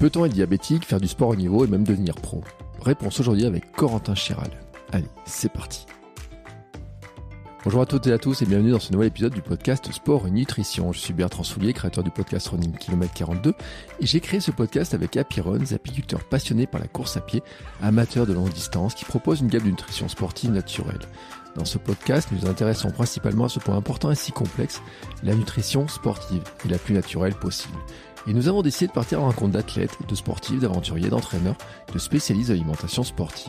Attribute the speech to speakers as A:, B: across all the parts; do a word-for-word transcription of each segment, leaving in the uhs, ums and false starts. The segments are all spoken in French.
A: Peut-on être diabétique, faire du sport au niveau et même devenir pro ? Réponse aujourd'hui avec Corentin Chiral. Allez, c'est parti. Bonjour à toutes et à tous et bienvenue dans ce nouvel épisode du podcast Sport et Nutrition. Je suis Bertrand Soulier, créateur du podcast Running Kilomètre quarante-deux et j'ai créé ce podcast avec Happy Runs, apiculteur passionné par la course à pied, amateur de longue distance qui propose une gamme de nutrition sportive naturelle. Dans ce podcast, nous nous intéressons principalement à ce point important et si complexe, la nutrition sportive et la plus naturelle possible. Et nous avons décidé de partir à la rencontre d'athlètes, de sportifs, d'aventuriers, d'entraîneurs, de spécialistes de l'alimentation sportive.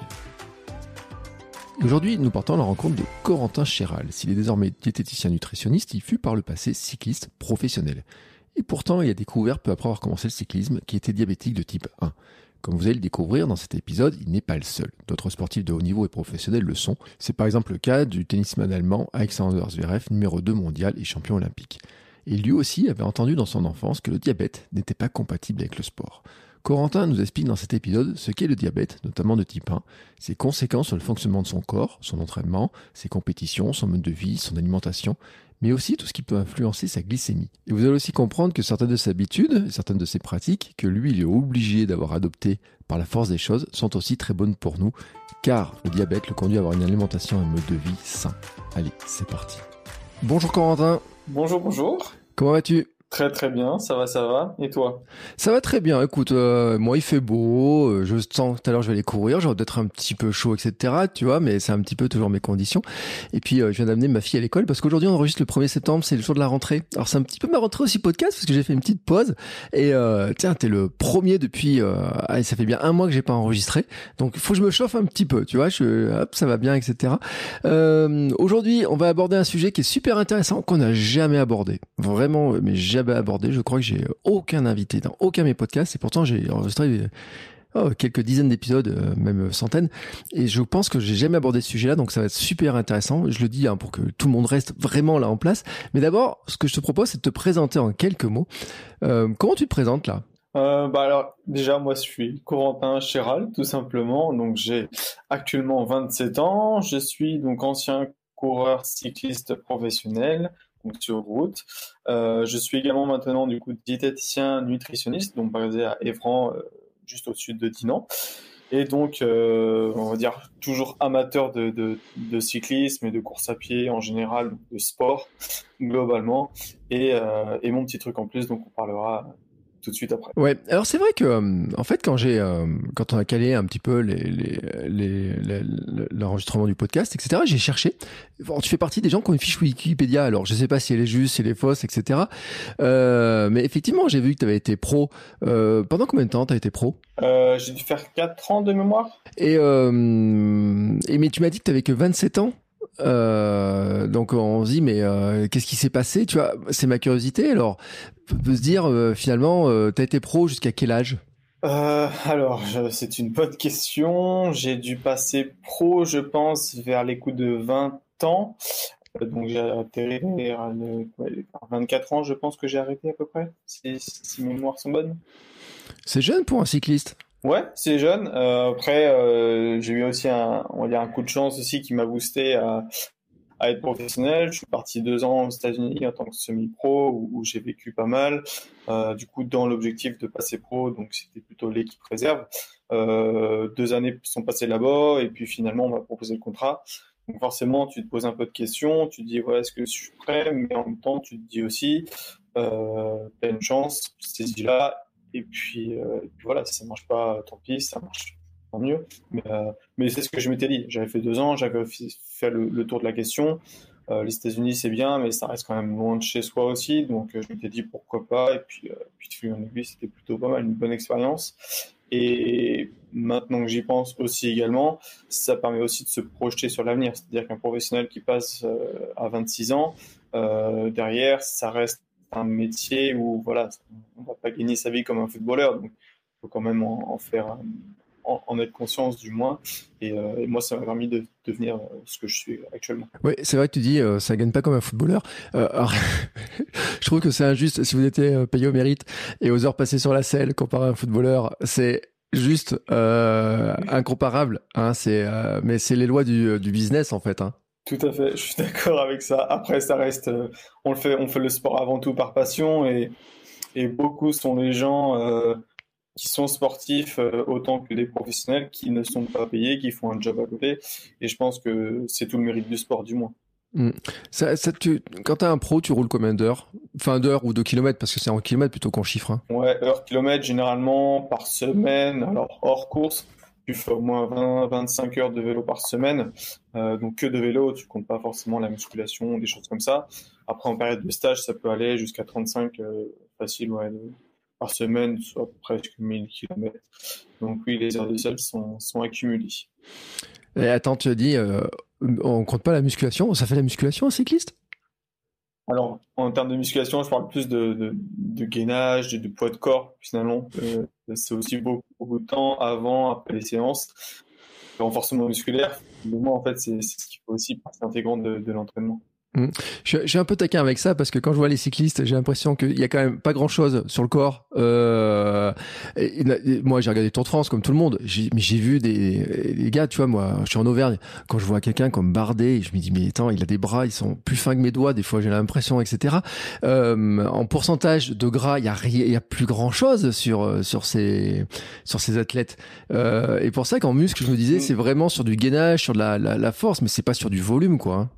A: Et aujourd'hui, nous partons à la rencontre de Corentin Chiral. S'il est désormais diététicien nutritionniste, il fut par le passé cycliste professionnel. Et pourtant, il a découvert peu après avoir commencé le cyclisme qu'il était diabétique de type un. Comme vous allez le découvrir dans cet épisode, il n'est pas le seul. D'autres sportifs de haut niveau et professionnels le sont. C'est par exemple le cas du tennisman allemand Alexander Zverev, numéro deux mondial et champion olympique. Et lui aussi avait entendu dans son enfance que le diabète n'était pas compatible avec le sport. Corentin nous explique dans cet épisode ce qu'est le diabète, notamment de type un, ses conséquences sur le fonctionnement de son corps, son entraînement, ses compétitions, son mode de vie, son alimentation, mais aussi tout ce qui peut influencer sa glycémie. Et vous allez aussi comprendre que certaines de ses habitudes, certaines de ses pratiques, que lui il est obligé d'avoir adoptées par la force des choses, sont aussi très bonnes pour nous, car le diabète le conduit à avoir une alimentation et un mode de vie sain. Allez, c'est parti. Bonjour Corentin.
B: Bonjour, bonjour.
A: Comment vas-tu ?
B: Très très bien, ça va, ça va. Et toi ?
A: Ça va très bien. Écoute, euh, moi il fait beau, euh, je sens tout à l'heure je vais aller courir, j'aurai peut-être un petit peu chaud, et cetera. Tu vois, mais c'est un petit peu toujours mes conditions. Et puis euh, je viens d'amener ma fille à l'école parce qu'aujourd'hui on enregistre le premier septembre, c'est le jour de la rentrée. Alors c'est un petit peu ma rentrée aussi podcast parce que j'ai fait une petite pause. Et euh, tiens, t'es le premier depuis, euh, allez, ça fait bien un mois que j'ai pas enregistré, donc il faut que je me chauffe un petit peu. Tu vois, je, hop, ça va bien, et cetera. Euh, aujourd'hui, on va aborder un sujet qui est super intéressant qu'on n'a jamais abordé, vraiment, mais jamais abordé. Je crois que j'ai aucun invité dans aucun de mes podcasts et pourtant j'ai enregistré oh, quelques dizaines d'épisodes, euh, même centaines, et je pense que j'ai jamais abordé ce sujet-là, donc ça va être super intéressant. Je le dis hein, pour que tout le monde reste vraiment là en place. Mais d'abord, ce que je te propose, c'est de te présenter en quelques mots. Euh, comment tu te présentes là ?
B: Euh, bah alors déjà moi je suis Corentin Chiral tout simplement, donc j'ai actuellement vingt-sept ans, je suis donc ancien coureur cycliste professionnel donc sur route. Euh, je suis également maintenant du coup diététicien nutritionniste, donc basé à Évran, euh, juste au sud de Dinan. Et donc, euh, on va dire toujours amateur de, de, de cyclisme et de course à pied en général, de sport globalement. Et, euh, et mon petit truc en plus, donc on parlera tout de suite après.
A: Ouais, alors c'est vrai que euh, en fait quand j'ai euh, quand on a calé un petit peu les, les, les, les l'enregistrement du podcast, et cetera, j'ai cherché. Bon, tu fais partie des gens qui ont une fiche Wikipédia, alors je sais pas si elle est juste, si elle est fausse, et cetera. Euh, mais effectivement, j'ai vu que tu avais été pro. Euh, pendant combien de temps tu as été pro ?
B: euh, J'ai dû faire quatre ans de mémoire.
A: Et, euh, et mais tu m'as dit que tu avais que vingt-sept ans. Euh, donc on se dit mais euh, qu'est-ce qui s'est passé, tu vois, c'est ma curiosité. Alors on peut se dire euh, finalement euh, t'as été pro jusqu'à quel âge ?
B: euh, Alors je, c'est une bonne question. J'ai dû passer pro je pense vers les coups de vingt ans, euh, donc j'ai atterri vers le, ouais, vingt-quatre ans je pense que j'ai arrêté à peu près, si, si mes mémoires sont bonnes.
A: C'est jeune pour un cycliste.
B: Ouais, c'est jeune. Euh, après, euh, j'ai eu aussi un, on va dire un coup de chance aussi qui m'a boosté à, à être professionnel. Je suis parti deux ans aux États-Unis en tant que semi-pro où, où j'ai vécu pas mal. Euh, du coup, dans l'objectif de passer pro, donc c'était plutôt l'équipe réserve. Euh, deux années sont passées là-bas et puis finalement on m'a proposé le contrat. Donc forcément, tu te poses un peu de questions. Tu te dis ouais, est-ce que je suis prêt? Mais en même temps, tu te dis aussi, euh, t'as une chance, saisis-la. Et puis, euh, et puis voilà, si ça marche pas, tant pis, si ça marche, tant mieux. Mais, euh, mais c'est ce que je m'étais dit. J'avais fait deux ans, j'avais fait le, le tour de la question. Euh, les États-Unis, c'est bien, mais ça reste quand même loin de chez soi aussi. Donc, euh, je m'étais dit pourquoi pas. Et puis, euh, puis de fil en aiguille, c'était plutôt pas mal, une bonne expérience. Et maintenant que j'y pense aussi également, ça permet aussi de se projeter sur l'avenir. C'est-à-dire qu'un professionnel qui passe euh, à vingt-six ans, euh, derrière, ça reste un métier où voilà, on va pas gagner sa vie comme un footballeur, donc il faut quand même en, en faire, en, en être conscience du moins. Et, euh, et moi, ça m'a permis de devenir ce que je suis actuellement.
A: Oui, c'est vrai que tu dis euh, ça gagne pas comme un footballeur. Euh, alors, je trouve que c'est injuste. Si vous étiez payé au mérite et aux heures passées sur la selle comparé à un footballeur, c'est juste euh, incomparable. Hein, c'est, euh, mais c'est les lois du, du business en fait. Hein.
B: Tout à fait, je suis d'accord avec ça. Après, ça reste, euh, on le fait, on fait le sport avant tout par passion et, et beaucoup sont les gens euh, qui sont sportifs euh, autant que des professionnels qui ne sont pas payés, qui font un job à côté. Et je pense que c'est tout le mérite du sport, du moins.
A: Mmh. Ça, ça, tu, quand t'es un pro, tu roules combien d'heures? Enfin, d'heures ou de kilomètres, parce que c'est en kilomètres plutôt qu'en chiffres. Hein.
B: Ouais, heure kilomètre généralement par semaine. Alors hors course, tu fais au moins vingt à vingt-cinq heures de vélo par semaine. Euh, donc que de vélo, tu comptes pas forcément la musculation, des choses comme ça. Après, en période de stage, ça peut aller jusqu'à trente-cinq euh, facile ouais, de- par semaine, soit presque mille kilomètres. Donc oui, les heures de selle sont, sont accumulées.
A: Et attends, tu as dit, euh, on compte pas la musculation. Ça fait la musculation, un cycliste?
B: Alors, en termes de musculation, je parle plus de, de, de gainage, de, de poids de corps, finalement. Euh, c'est aussi beaucoup, beaucoup de temps avant, après les séances. Le renforcement musculaire, pour moi, en fait, c'est, c'est ce qu'il faut aussi partie intégrante de, de l'entraînement.
A: Mmh. Je, je suis un peu taquin avec ça parce que quand je vois les cyclistes, j'ai l'impression qu'il y a quand même pas grand chose sur le corps. Euh, et, et, moi, j'ai regardé le Tour de France comme tout le monde. J'ai, mais j'ai vu des, des gars, tu vois, moi, je suis en Auvergne. Quand je vois quelqu'un comme Bardet, je me dis, mais attends, il a des bras, ils sont plus fins que mes doigts. Des fois, j'ai l'impression, et cetera. Euh, en pourcentage de gras, il y a rien, il y a plus grand chose sur sur ces sur ces athlètes. Euh, et pour ça qu'en muscle, je me disais, c'est vraiment sur du gainage, sur de la la, la force, mais c'est pas sur du volume, quoi. Hein.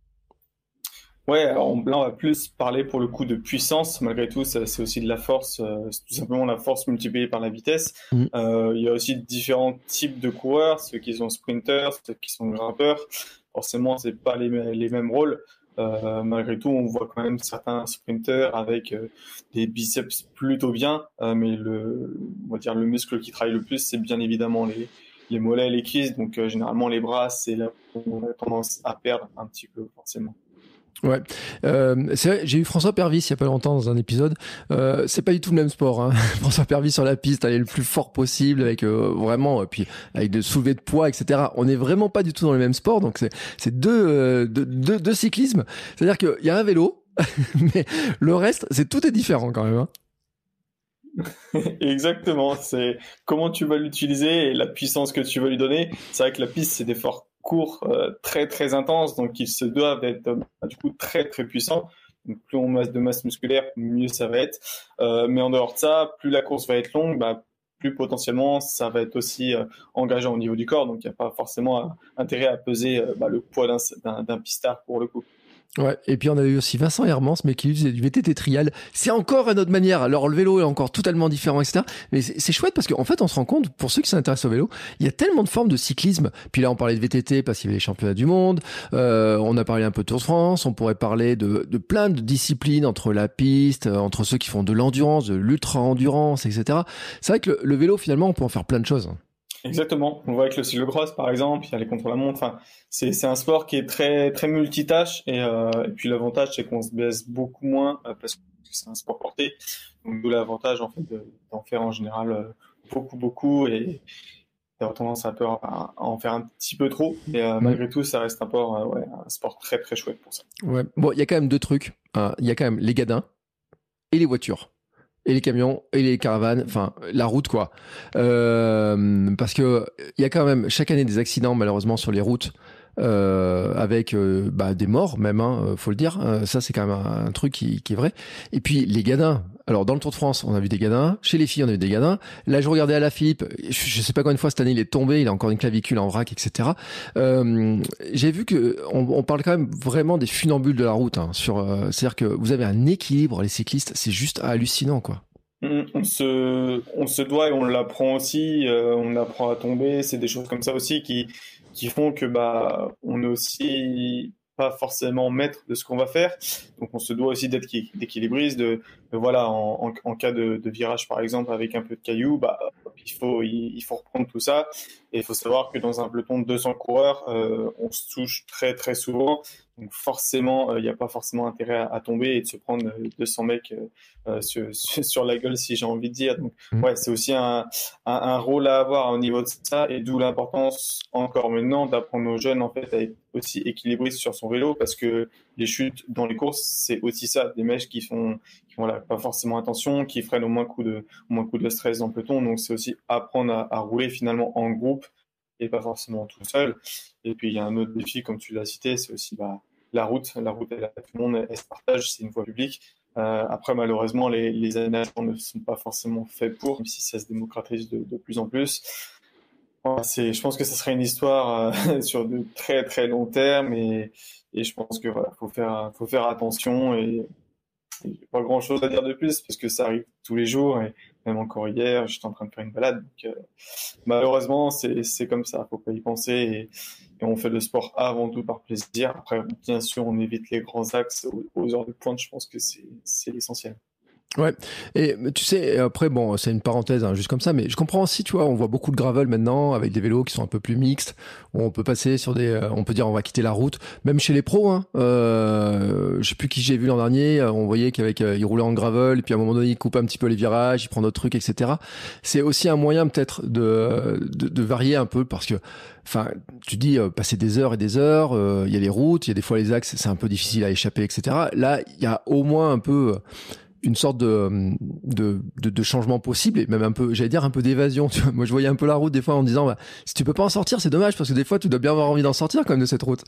B: Ouais, alors là, on va plus parler pour le coup de puissance. Malgré tout, ça, c'est aussi de la force. Euh, c'est tout simplement la force multipliée par la vitesse.
A: Mmh.
B: Euh, il y a aussi différents types de coureurs, ceux qui sont sprinters, ceux qui sont grimpeurs. Forcément, c'est pas les, les mêmes rôles. Euh, malgré tout, on voit quand même certains sprinters avec euh, des biceps plutôt bien, euh, mais le, on va dire le muscle qui travaille le plus, c'est bien évidemment les, les mollets et les cuisses. Donc, euh, généralement, les bras, c'est là où on a tendance à perdre un petit peu, forcément.
A: Ouais, euh, c'est vrai, j'ai eu François Pervis il y a pas longtemps dans un épisode. Euh, c'est pas du tout le même sport. Hein. François Pervis sur la piste, aller le plus fort possible avec euh, vraiment, et puis avec de soulever de poids, et cetera. On est vraiment pas du tout dans le même sport. Donc c'est c'est deux euh, deux, deux deux cyclismes. C'est-à-dire qu'il y a un vélo, mais le reste, c'est tout est différent quand même. Hein.
B: Exactement, c'est comment tu vas l'utiliser et la puissance que tu vas lui donner. C'est vrai que la piste, c'est des efforts courts, euh, très très intenses, donc ils se doivent d'être euh, du coup très très puissants. Donc plus on masse de masse musculaire, mieux ça va être. Euh, mais en dehors de ça, plus la course va être longue, bah, plus potentiellement ça va être aussi euh, engageant au niveau du corps. Donc il n'y a pas forcément euh, intérêt à peser euh, bah, le poids d'un, d'un, d'un pistard pour le coup.
A: Ouais, et puis on a eu aussi Vincent Hermans, mais qui faisait du V T T trial. C'est encore une autre manière. Alors le vélo est encore totalement différent, et cetera. Mais c'est, c'est chouette parce qu'en fait, on se rend compte, pour ceux qui s'intéressent au vélo, il y a tellement de formes de cyclisme. Puis là, on parlait de V T T parce qu'il y avait les championnats du monde. Euh, on a parlé un peu de Tour de France. On pourrait parler de, de plein de disciplines entre la piste, entre ceux qui font de l'endurance, de l'ultra-endurance, et cetera. C'est vrai que le, le vélo, finalement, on peut en faire plein de choses.
B: Exactement. On voit avec le cyclocross, par exemple, il y a les contre-la-montre. Enfin, c'est, c'est un sport qui est très, très multitâche. Et, euh, et puis l'avantage, c'est qu'on se baisse beaucoup moins euh, parce que c'est un sport porté. Donc, d'où l'avantage, en fait, de, d'en faire en général euh, beaucoup, beaucoup et d'avoir tendance à, peur, à, à en faire un petit peu trop. Mais euh,
A: Mm.
B: malgré tout, ça reste un sport, euh, ouais, un sport très, très chouette pour ça.
A: Ouais. Bon, il y a quand même deux trucs. Hein. Il y a quand même les gadins et les voitures. Et les camions, et les caravanes, enfin, la route, quoi. Euh, parce que il y a quand même chaque année des accidents, malheureusement, sur les routes, euh, avec euh, bah, des morts, même, hein, faut le dire. Euh, ça, c'est quand même un, un truc qui, qui est vrai. Et puis, les gadins. Alors, dans le Tour de France, on a vu des gadins. Chez les filles, on a vu des gadins. Là, je regardais Alaphilippe. Je, je sais pas combien de fois cette année il est tombé. Il a encore une clavicule en vrac, et cetera. Euh, j'ai vu que on, on parle quand même vraiment des funambules de la route. Hein, sur, euh, c'est-à-dire que vous avez un équilibre, les cyclistes. C'est juste hallucinant, quoi.
B: On se, on se doit et on l'apprend aussi, euh, on apprend à tomber, c'est des choses comme ça aussi qui, qui font que bah on est aussi pas forcément maître de ce qu'on va faire, donc on se doit aussi d'être d'équilibriste, de, de voilà en, en, en cas de, de virage par exemple avec un peu de cailloux, bah il faut il, il faut reprendre tout ça et il faut savoir que dans un peloton de deux cents coureurs, euh, on se touche très très souvent. Donc forcément, il euh, n'y a pas forcément intérêt à, à tomber et de se prendre euh, deux cents mecs euh, sur, sur la gueule, si j'ai envie de dire. Donc
A: Mmh.
B: ouais, c'est aussi un, un, un rôle à avoir au niveau de ça, et d'où l'importance encore maintenant d'apprendre aux jeunes en fait à être aussi équilibristes sur son vélo, parce que les chutes dans les courses, c'est aussi ça, des mecs qui font qui font voilà, pas forcément attention, qui freinent au moins coup de au moins coup de stress dans le peloton. Donc c'est aussi apprendre à, à rouler finalement en groupe et pas forcément tout seul. Et puis il y a un autre défi, comme tu l'as cité, c'est aussi bah, la route. La route, elle, tout le monde, elle se partage, c'est une voie publique. Euh, après, malheureusement, les, les aménagements ne sont pas forcément faits pour, même si ça se démocratise de, de plus en plus. Voilà, c'est, je pense que ce serait une histoire euh, sur de très très long terme et, et je pense que voilà, faut faire, faut faire attention et, et j'ai pas grand chose à dire de plus parce que ça arrive tous les jours et même encore hier, j'étais en train de faire une balade. Donc, euh, malheureusement, c'est, c'est comme ça, faut pas y penser et, et on fait le sport avant tout par plaisir. Après, bien sûr, on évite les grands axes aux, aux heures de pointe. Je pense que c'est, c'est l'essentiel.
A: Ouais, et tu sais, après, bon, c'est une parenthèse, hein, juste comme ça, mais je comprends aussi, tu vois, on voit beaucoup de gravel maintenant, avec des vélos qui sont un peu plus mixtes, où on peut passer sur des, euh, on peut dire, on va quitter la route, même chez les pros, hein, euh, je sais plus qui j'ai vu l'an dernier, on voyait qu'avec, euh, il roulait en gravel, et puis à un moment donné, il coupe un petit peu les virages, il prend d'autres trucs, et cetera. C'est aussi un moyen, peut-être, de, de, de varier un peu, parce que, enfin, tu dis, euh, passer des heures et des heures, il euh, y a les routes, il y a des fois les axes, c'est un peu difficile à échapper, et cetera. Là, il y a au moins un peu, une sorte de, de, de, de changement possible et même un peu, j'allais dire un peu d'évasion. Tu vois. Moi, je voyais un peu la route des fois en me disant, bah, si tu peux pas en sortir, c'est dommage parce que des fois, tu dois bien avoir envie d'en sortir quand même de cette route.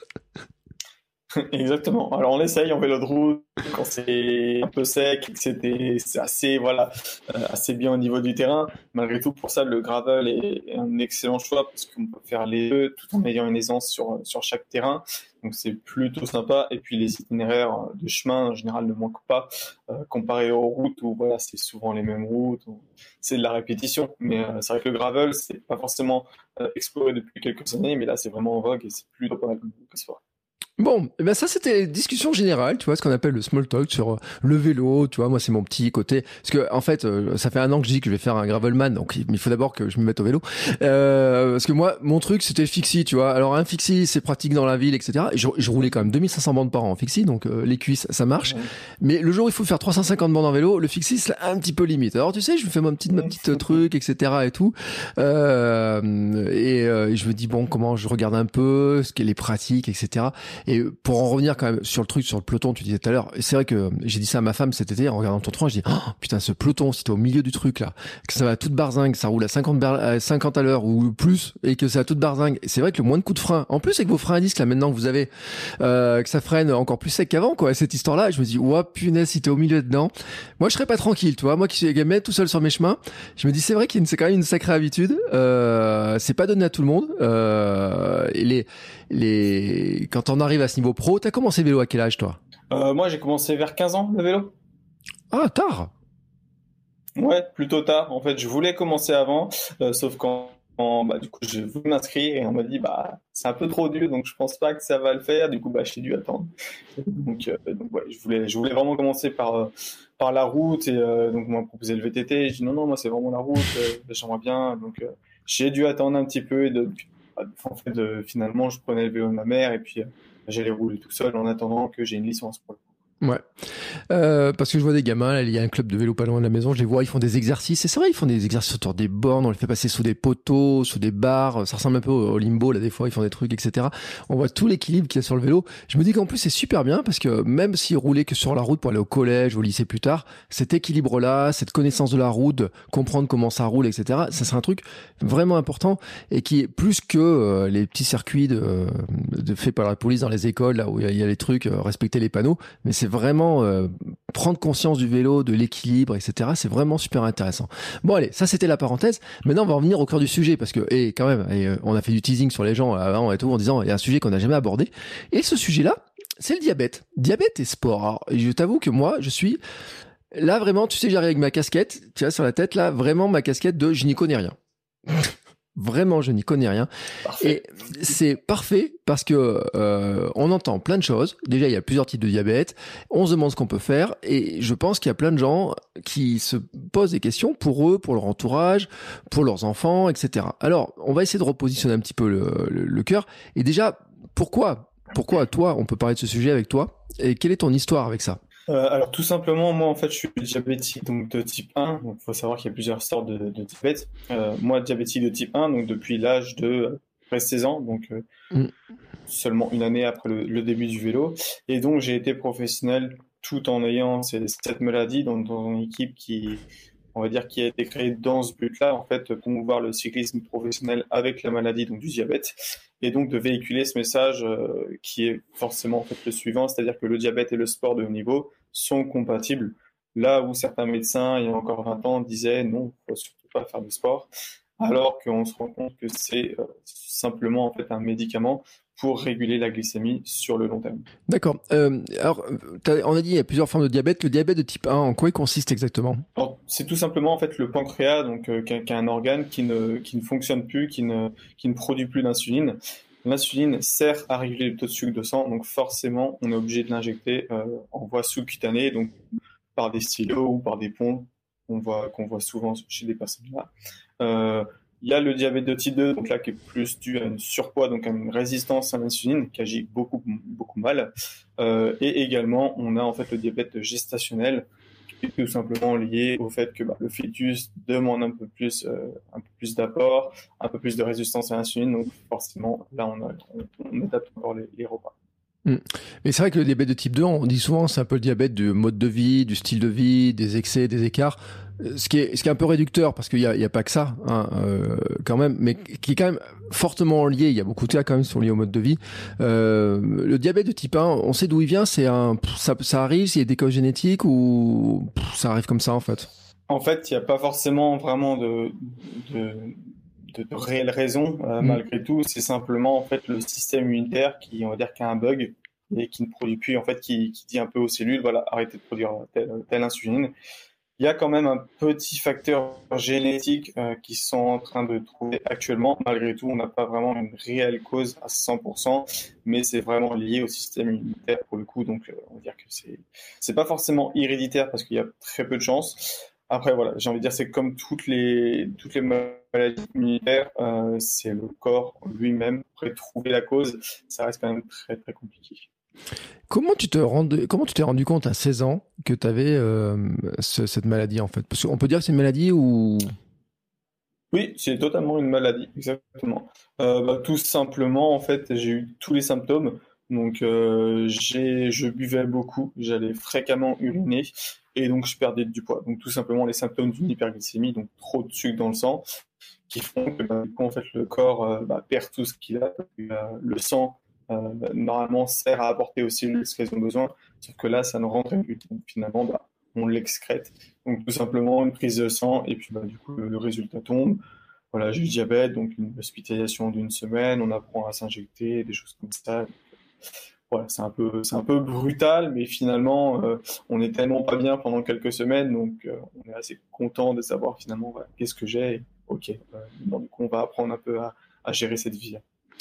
B: Exactement. Alors on essaye en vélo de route quand c'est un peu sec, et que c'était c'est assez voilà euh, assez bien au niveau du terrain. Malgré tout, pour ça le gravel est, est un excellent choix parce qu'on peut faire les deux tout en ayant une aisance sur sur chaque terrain. Donc c'est plutôt sympa. Et puis les itinéraires de chemin en général ne manquent pas euh, comparé aux routes où voilà c'est souvent les mêmes routes. Où c'est de la répétition. Mais euh, c'est vrai que le gravel c'est pas forcément euh, exploré depuis quelques années, mais là c'est vraiment en vogue et c'est plutôt pas mal comme sport.
A: Bon, eh ben ça c'était discussion générale, tu vois, ce qu'on appelle le small talk sur euh, le vélo, tu vois, moi c'est mon petit côté, parce que en fait, euh, ça fait un an que je dis que je vais faire un gravelman, donc il faut d'abord que je me mette au vélo, euh, parce que moi, mon truc c'était le fixie, tu vois, alors un fixie c'est pratique dans la ville, et cetera, et je, je roulais quand même deux mille cinq cents bandes par an en fixie, donc euh, les cuisses, ça marche, ouais. Mais le jour où il faut faire trois cent cinquante bandes en vélo, le fixie c'est un petit peu limite, alors tu sais, je me fais ma petite, ma petite truc, et cetera et tout, euh, et, euh, et je me dis, bon, comment je regarde un peu, ce qu'elle est pratique, et cetera, et pour en revenir quand même sur le truc, sur le peloton, tu disais tout à l'heure, c'est vrai que j'ai dit ça à ma femme cet été en regardant ton train, je dis oh, putain ce peloton, si t'es au milieu du truc là, que ça va à toute barzingue, ça roule à cinquante, bar- à cinquante à l'heure ou plus, et que c'est à toute barzingue, c'est vrai que le moins de coups de frein, en plus avec vos freins à disque là maintenant que vous avez, euh, que ça freine encore plus sec qu'avant quoi, cette histoire là, je me dis ouah punaise si t'es au milieu dedans, moi je serais pas tranquille, tu vois, moi qui suis gamin tout seul sur mes chemins, je me dis c'est vrai qu'il y a une, c'est quand même une sacrée habitude, euh, c'est pas donné à tout le monde, euh, et les les quand on arrive à ce niveau pro, t'as commencé le vélo à quel âge toi?
B: Euh, moi, j'ai commencé vers quinze ans, le vélo.
A: Ah, tard.
B: Ouais, plutôt tard. En fait, je voulais commencer avant, euh, sauf quand, quand, bah, du coup, j'ai voulu m'inscrire et on m'a dit, bah, c'est un peu trop dur, donc je pense pas que ça va le faire. Du coup, bah, j'ai dû attendre. Donc, euh, donc ouais, je voulais, je voulais vraiment commencer par, euh, par la route et euh, donc on m'a proposé le V T T. J'ai dit non, non, moi, c'est vraiment la route. Euh, j'aimerais bien. Donc, euh, j'ai dû attendre un petit peu et de, en fait, de, finalement, je prenais le vélo de ma mère et puis euh, j'allais rouler tout seul en attendant que j'ai une licence pour le coup.
A: Ouais. Euh, parce que je vois des gamins, là, il y a un club de vélo pas loin de la maison, je les vois, ils font des exercices, et c'est vrai, ils font des exercices autour des bornes, on les fait passer sous des poteaux, sous des barres, ça ressemble un peu au, au limbo, là, des fois, ils font des trucs, et cetera. On voit tout l'équilibre qu'il y a sur le vélo. Je me dis qu'en plus, c'est super bien, parce que même s'ils roulaient que sur la route pour aller au collège, au lycée plus tard, cet équilibre-là, cette connaissance de la route, de comprendre comment ça roule, et cetera, ça c'est un truc vraiment important, et qui est plus que euh, les petits circuits de, de faits par la police dans les écoles, là, où il y, y a les trucs, euh, respecter les panneaux, mais c'est vraiment euh, prendre conscience du vélo, de l'équilibre, et cetera. C'est vraiment super intéressant. Bon allez, ça c'était la parenthèse. Maintenant on va revenir au cœur du sujet parce que et quand même, et, euh, on a fait du teasing sur les gens avant et tout en disant il y a un sujet qu'on n'a jamais abordé. Et ce sujet-là, c'est le diabète. Diabète et sport. Alors, je t'avoue que moi, je suis là vraiment, tu sais, j'arrive avec ma casquette, tu vois sur la tête là, vraiment ma casquette de je n'y connais rien. Vraiment, je n'y connais rien. Parfait. Et c'est parfait parce que euh, on entend plein de choses. Déjà, il y a plusieurs types de diabète. On se demande ce qu'on peut faire. Et je pense qu'il y a plein de gens qui se posent des questions pour eux, pour leur entourage, pour leurs enfants, et cetera. Alors, on va essayer de repositionner un petit peu le, le, le cœur. Et déjà, pourquoi, pourquoi toi, on peut parler de ce sujet avec toi? Et quelle est ton histoire avec ça?
B: Euh, alors tout simplement, moi en fait je suis diabétique donc de type un, donc il faut savoir qu'il y a plusieurs sortes de, de diabète. Euh, moi diabétique de type un, donc depuis l'âge de presque seize ans, donc euh, mm. seulement une année après le, le début du vélo, et donc j'ai été professionnel tout en ayant ces, cette maladie dans, dans une équipe qui, on va dire, qui a été créée dans ce but-là, en fait, promouvoir le cyclisme professionnel avec la maladie donc du diabète, et donc de véhiculer ce message euh, qui est forcément en fait le suivant, c'est-à-dire que le diabète est le sport de haut niveau. sont compatibles. Là où certains médecins, il y a encore vingt ans, disaient non, il ne faut surtout pas faire de sport, alors qu'on se rend compte que c'est euh, simplement en fait un médicament pour réguler la glycémie sur le long terme.
A: D'accord. Euh, alors, on a dit qu'il y a plusieurs formes de diabète. Le diabète de type un, en quoi il consiste exactement?
B: Alors, c'est tout simplement en fait le pancréas, donc euh, qui est un organe qui ne qui ne fonctionne plus, qui ne qui ne produit plus d'insuline. L'insuline sert à réguler le taux de sucre de sang, donc forcément, on est obligé de l'injecter euh, en voie sous-cutanée, donc par des stylos ou par des pompes qu'on voit qu'on voit souvent chez des personnes là. Euh, Il y a le diabète de type deux, donc là qui est plus dû à une surpoids, donc à une résistance à l'insuline qui agit beaucoup beaucoup mal. Euh, et également, on a en fait le diabète gestationnel, qui est tout simplement lié au fait que bah, le fœtus demande un peu plus euh, un peu plus d'apport, un peu plus de résistance à l'insuline. Donc forcément, là, on, a, on, on adapte encore les, les repas.
A: Mmh. Mais c'est vrai que le diabète de type deux, on dit souvent c'est un peu le diabète du mode de vie, du style de vie, des excès, des écarts, ce qui est, ce qui est un peu réducteur parce qu'il n'y a, il y a pas que ça hein, euh, quand même, mais qui est quand même fortement lié, il y a beaucoup de cas quand même qui sont liés au mode de vie. Euh, le diabète de type un, on sait d'où il vient, c'est un, ça, ça arrive, s'il y a des causes génétiques ou ça arrive comme ça en fait?
B: En fait, il n'y a pas forcément vraiment de... de... De, de réelles raisons, euh, mmh. malgré tout, c'est simplement en fait le système immunitaire qui, on va dire, qui a un bug et qui ne produit plus, en fait, qui, qui dit un peu aux cellules, voilà, arrêtez de produire telle, telle insuline. Il y a quand même un petit facteur génétique euh, qui sont en train de trouver actuellement. Malgré tout, on n'a pas vraiment une réelle cause à cent pour cent, mais c'est vraiment lié au système immunitaire pour le coup. Donc, euh, on va dire que c'est c'est pas forcément héréditaire parce qu'il y a très peu de chances. Après, voilà, j'ai envie de dire, c'est comme toutes les, toutes les maladies immunitaires, euh, c'est le corps lui-même pour trouver la cause. Ça reste quand même très, très compliqué.
A: Comment tu te rends, comment tu t'es rendu compte à seize ans que tu avais euh, ce, cette maladie en fait? Parce qu'on peut dire que c'est une maladie ou...
B: Oui, c'est totalement une maladie, exactement. Euh, bah, tout simplement, en fait, j'ai eu tous les symptômes. Donc, euh, j'ai, je buvais beaucoup, j'allais fréquemment uriner et donc je perdais du poids. Donc, tout simplement les symptômes d'une hyperglycémie, donc trop de sucre dans le sang, qui font que bah, du coup, en fait, le corps euh, bah, perd tout ce qu'il a. Euh, le sang, euh, normalement, sert à apporter aux cellules ce qu'elles ont besoin, sauf que là, ça ne rentre plus. Donc, finalement, bah, on l'excrète. Donc, tout simplement, une prise de sang et puis bah, du coup, le, le résultat tombe. Voilà, j'ai eu le diabète, donc une hospitalisation d'une semaine, on apprend à s'injecter, des choses comme ça. Voilà, c'est un peu, c'est un peu brutal, mais finalement, euh, on est tellement pas bien pendant quelques semaines, donc euh, on est assez content de savoir finalement voilà, qu'est-ce que j'ai. Et, ok, euh, donc on va apprendre un peu à, à gérer cette vie.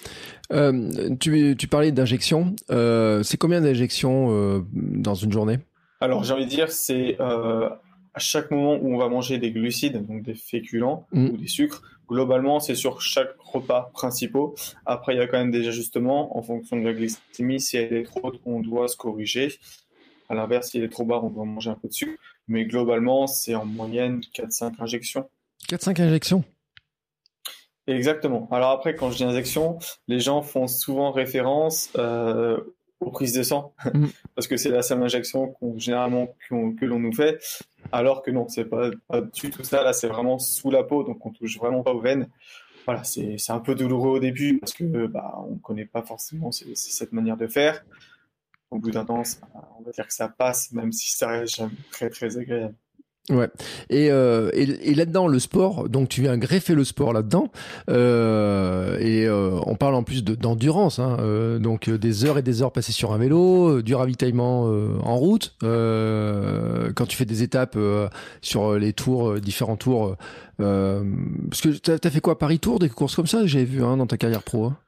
A: Euh, tu, tu parlais d'injections. Euh, c'est combien d'injections euh, dans une journée?
B: Alors j'ai envie de dire, c'est euh, à chaque moment où on va manger des glucides, donc des féculents mmh. ou des sucres. Globalement, c'est sur chaque repas principaux. Après, il y a quand même des ajustements en fonction de la glycémie. Si elle est trop haute, on doit se corriger. À l'inverse, si elle est trop basse, on doit manger un peu de sucre. Mais globalement, c'est en moyenne quatre cinq injections.
A: quatre cinq injections?
B: Exactement. Alors après, quand je dis injection, les gens font souvent référence euh, aux prises de sang, mmh. parce que c'est la seule injection qu'on, généralement qu'on, que l'on nous fait. Alors que non, c'est pas, pas du tout ça. Là, c'est vraiment sous la peau, donc on touche vraiment pas aux veines. Voilà, c'est, c'est un peu douloureux au début parce que bah, on connaît pas forcément c'est, c'est cette manière de faire. Au bout d'un temps, ça, on va dire que ça passe, même si ça reste jamais très très agréable.
A: Ouais. Et, euh, et, et là-dedans, le sport, donc tu viens greffer le sport là-dedans. Euh, et euh, on parle en plus de, d'endurance, hein, euh, donc euh, des heures et des heures passées sur un vélo, euh, du ravitaillement euh, en route. Euh, quand tu fais des étapes euh, sur les tours, euh, différents tours. Euh, parce que t'as, t'as fait quoi, Paris Tour, des courses comme ça, j'avais vu hein, dans ta carrière pro. Hein.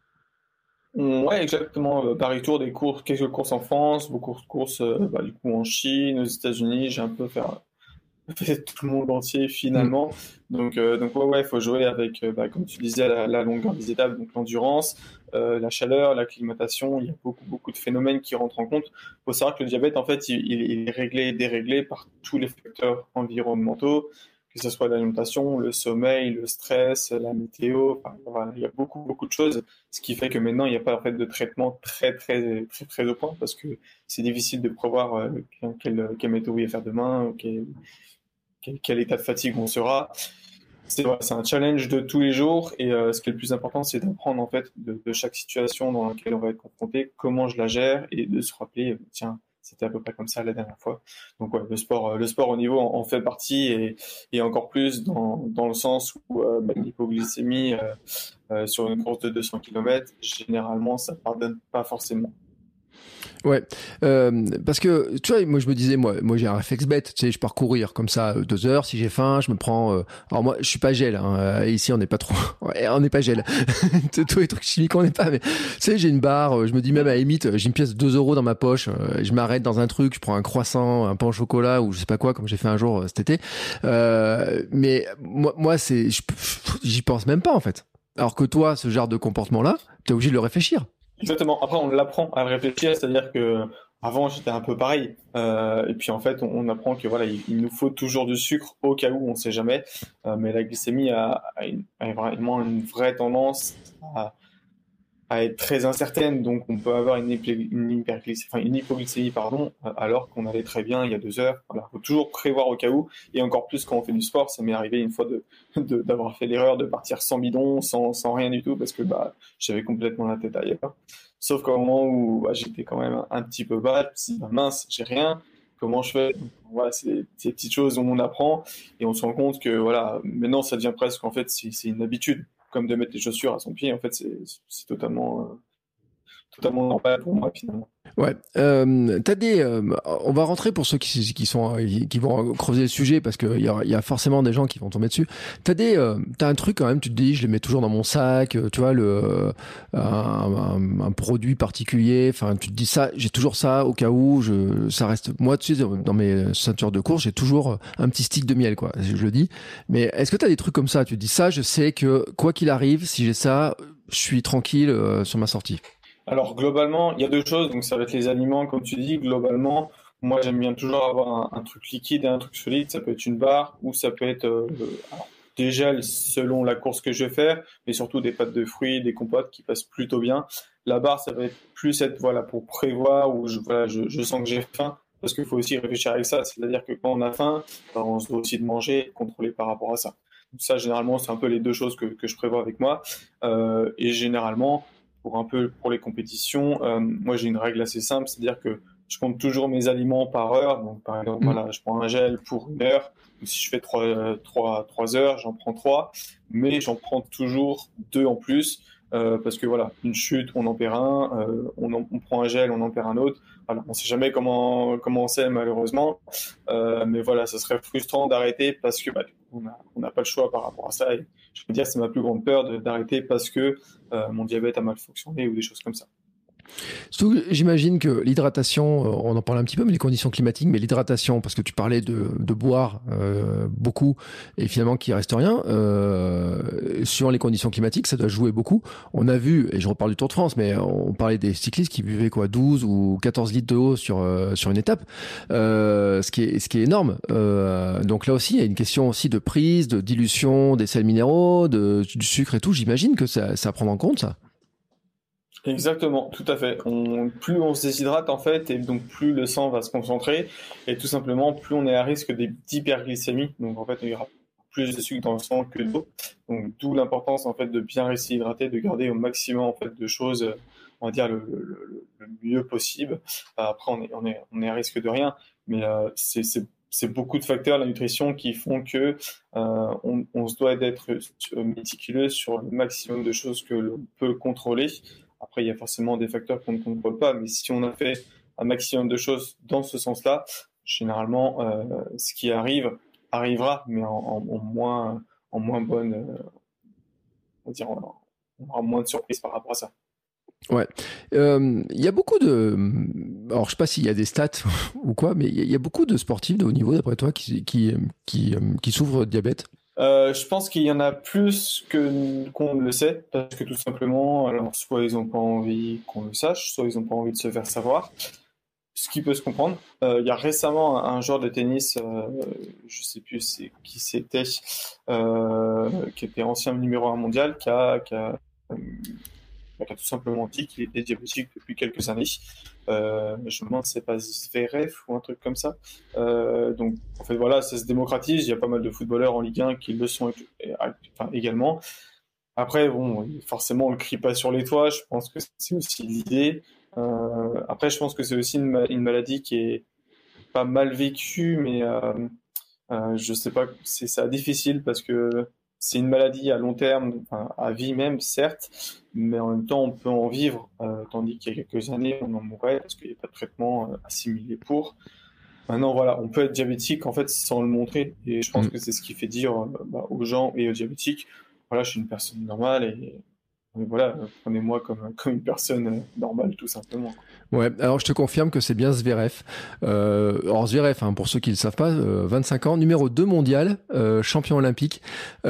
B: Ouais, exactement. Euh, Paris Tour, des courses, quelques courses en France, beaucoup de courses euh, bah, du coup en Chine, aux États-Unis. J'ai un peu fait. fait tout le monde entier finalement. Mmh. Donc, euh, donc ouais, ouais, il faut jouer avec, euh, bah, comme tu disais, la, la longueur des étapes, donc l'endurance, euh, la chaleur, l'acclimatation. Il y a beaucoup, beaucoup de phénomènes qui rentrent en compte. Il faut savoir que le diabète, en fait, il, il est réglé et déréglé par tous les facteurs environnementaux, que ce soit l'alimentation, le sommeil, le stress, la météo. Enfin, voilà, il y a beaucoup, beaucoup de choses. Ce qui fait que maintenant, il n'y a pas en fait de traitement très, très, très, très au point parce que c'est difficile de prévoir euh, quelle, quelle météo il va faire demain, quel, quel, quel état de fatigue on sera. C'est, ouais, c'est un challenge de tous les jours et euh, ce qui est le plus important, c'est d'apprendre en fait de, de chaque situation dans laquelle on va être confronté, comment je la gère et de se rappeler, tiens, c'était à peu près comme ça la dernière fois. Donc ouais, le sport, le sport au niveau en, en fait partie et, et encore plus dans, dans le sens où euh, bah, l'hypoglycémie euh, euh, sur une course de deux cents kilomètres, généralement, ça pardonne pas forcément.
A: Ouais, euh, parce que tu vois, moi je me disais, moi, moi j'ai un réflexe bête, tu sais, je pars courir comme ça euh, deux heures. Si j'ai faim, je me prends. Euh... Alors moi, je suis pas gel. Hein, euh, ici, on n'est pas trop. Ouais, on n'est pas gel. Tous les trucs chimiques, on n'est pas. Mais tu sais, j'ai une barre. euh, Je me dis même à la limite, j'ai une pièce de deux euros dans ma poche. euh, Je m'arrête dans un truc, je prends un croissant, un pain au chocolat ou je sais pas quoi, comme j'ai fait un jour euh, cet été. Euh, mais moi, moi, c'est, je- j'y pense même pas en fait. Alors que toi, ce genre de comportement-là, t'es obligé de le réfléchir.
B: Exactement. Après, on l'apprend à le réfléchir, c'est-à-dire que avant j'étais un peu pareil. Euh, et puis en fait, on, on apprend que voilà, il, il nous faut toujours du sucre au cas où, on ne sait jamais. Euh, mais la glycémie a, a, une- a vraiment une vraie tendance à, à être très incertaine, donc on peut avoir une, hyper- une, hyperglycémie, enfin, une hypoglycémie, pardon, alors qu'on allait très bien il y a deux heures. Voilà, faut toujours prévoir au cas où, et encore plus quand on fait du sport. Ça m'est arrivé une fois de, de- d'avoir fait l'erreur de partir sans bidon, sans, sans rien du tout, parce que bah j'avais complètement la tête ailleurs. Sauf qu'au moment où bah, j'étais quand même un, un petit peu bas, je me suis dit, bah, mince, j'ai rien. Comment je fais? Donc, voilà, c'est des, des petites choses où on apprend et on se rend compte que voilà, maintenant ça devient presque en fait c'est c'est une habitude comme de mettre les chaussures à son pied. En fait, c'est c'est totalement, euh, totalement normal pour moi, finalement.
A: Ouais, euh, t'as des, euh, on va rentrer pour ceux qui, qui sont, qui vont creuser le sujet parce qu'il y a, y a forcément des gens qui vont tomber dessus. T'as des, euh, t'as un truc quand même, tu te dis, je les mets toujours dans mon sac, euh, tu vois, le, euh, un, un, un produit particulier. Enfin, tu te dis ça, j'ai toujours ça au cas où, je, ça reste. Moi, tu sais, dans mes ceintures de course, j'ai toujours un petit stick de miel, quoi. Je le dis. Mais est-ce que t'as des trucs comme ça? Tu te dis ça, je sais que quoi qu'il arrive, si j'ai ça, je suis tranquille euh, sur ma sortie.
B: Alors, globalement, il y a deux choses. Donc, ça va être les aliments, comme tu dis. Globalement, moi, j'aime bien toujours avoir un, un truc liquide et un truc solide. Ça peut être une barre ou ça peut être euh, alors, des gels selon la course que je vais faire, mais surtout des pâtes de fruits, des compotes qui passent plutôt bien. La barre, ça va être plus être voilà, pour prévoir ou je, voilà, je, je sens que j'ai faim. Parce qu'il faut aussi réfléchir avec ça. C'est-à-dire que quand on a faim, ben, on se doit aussi de manger et de contrôler par rapport à ça. Donc ça, généralement, c'est un peu les deux choses que, que je prévois avec moi. Euh, et généralement, pour un peu pour les compétitions, euh, moi j'ai une règle assez simple, c'est-à-dire que je compte toujours mes aliments par heure. Donc par exemple,
A: Mm.
B: voilà, je prends un gel pour une heure. Ou si je fais trois, euh, trois, trois heures, j'en prends trois, mais j'en prends toujours deux en plus. Euh, parce que voilà, une chute, on en perd un, euh, on, en- on prend un gel, on en perd un autre. Voilà, on sait jamais comment comment c'est malheureusement, euh, mais voilà, ça serait frustrant d'arrêter parce que bah, on a on n'a pas le choix par rapport à ça. Et je veux dire, c'est ma plus grande peur de- d'arrêter parce que euh, mon diabète a mal fonctionné ou des choses comme ça.
A: Surtout, j'imagine que l'hydratation, euh, on en parle un petit peu, mais les conditions climatiques, mais l'hydratation, parce que tu parlais de, de boire euh, beaucoup et finalement qu'il reste rien, euh, suivant les conditions climatiques, ça doit jouer beaucoup. On a vu, et je reparle du Tour de France, mais on parlait des cyclistes qui buvaient quoi, douze ou quatorze litres d'eau sur, euh, sur une étape, euh, ce, qui est, ce qui est énorme. Euh, donc là aussi, il y a une question aussi de prise, de dilution des sels minéraux, de, du sucre et tout. J'imagine que ça, ça à prendre en compte, ça.
B: Exactement, tout à fait. On, plus on se déshydrate en fait, et donc plus le sang va se concentrer, et tout simplement plus on est à risque d'hyperglycémie. Donc en fait, il y aura plus de sucre dans le sang que d'eau. Donc d'où l'importance en fait de bien rester hydraté, de garder au maximum en fait de choses, euh, on va dire le, le, le mieux possible. Après, on est on est on est à risque de rien, mais euh, c'est c'est c'est beaucoup de facteurs la nutrition qui font que euh, on, on se doit d'être méticuleux sur le maximum de choses que l'on peut contrôler. Après, il y a forcément des facteurs qu'on ne contrôle pas, mais si on a fait un maximum de choses dans ce sens-là, généralement, euh, ce qui arrive arrivera, mais en, en, en moins, en moins bonne, euh, on va dire, on aura moins de surprises par rapport à ça.
A: Ouais. Euh, Il y a beaucoup de. Alors, je sais pas s'il y a des stats ou quoi, mais il y, a- il y a beaucoup de sportifs de haut niveau, d'après toi, qui, qui, qui, euh, qui souffrent de diabète.
B: Euh, je pense qu'il y en a plus que qu'on ne le sait, parce que tout simplement, alors soit ils n'ont pas envie qu'on le sache, soit ils n'ont pas envie de se faire savoir, ce qui peut se comprendre. Euh, il y a récemment un, un joueur de tennis, euh, je sais plus c'est qui c'était, euh, qui était ancien numéro un mondial, qui a, qui a, euh, qui a tout simplement dit qu'il était diabétique depuis quelques années. Euh, je me demande si c'est pas Zverev ou un truc comme ça. Euh, donc, en fait, voilà, ça se démocratise. Il y a pas mal de footballeurs en Ligue un qui le sont enfin, également. Après, bon, forcément, on le crie pas sur les toits. Je pense que c'est aussi l'idée. Euh, après, je pense que c'est aussi une, ma- une maladie qui est pas mal vécue, mais euh, euh, je sais pas, c'est ça difficile parce que c'est une maladie à long terme, enfin, à vie même, certes, mais en même temps, on peut en vivre, euh, tandis qu'il y a quelques années, on en mourrait parce qu'il n'y a pas de traitement euh, assimilé pour. Maintenant, voilà, on peut être diabétique en fait sans le montrer, et je pense
A: Mm.
B: que c'est ce qui fait dire euh, bah, aux gens et aux diabétiques, voilà, je suis une personne normale et, et voilà, euh, prenez-moi comme, comme une personne euh, normale, tout simplement, quoi.
A: Ouais, alors je te confirme que c'est bien Zverev. Euh, alors Zverev, hein, pour ceux qui ne le savent pas, euh, vingt-cinq ans, numéro deux mondial, euh, champion olympique,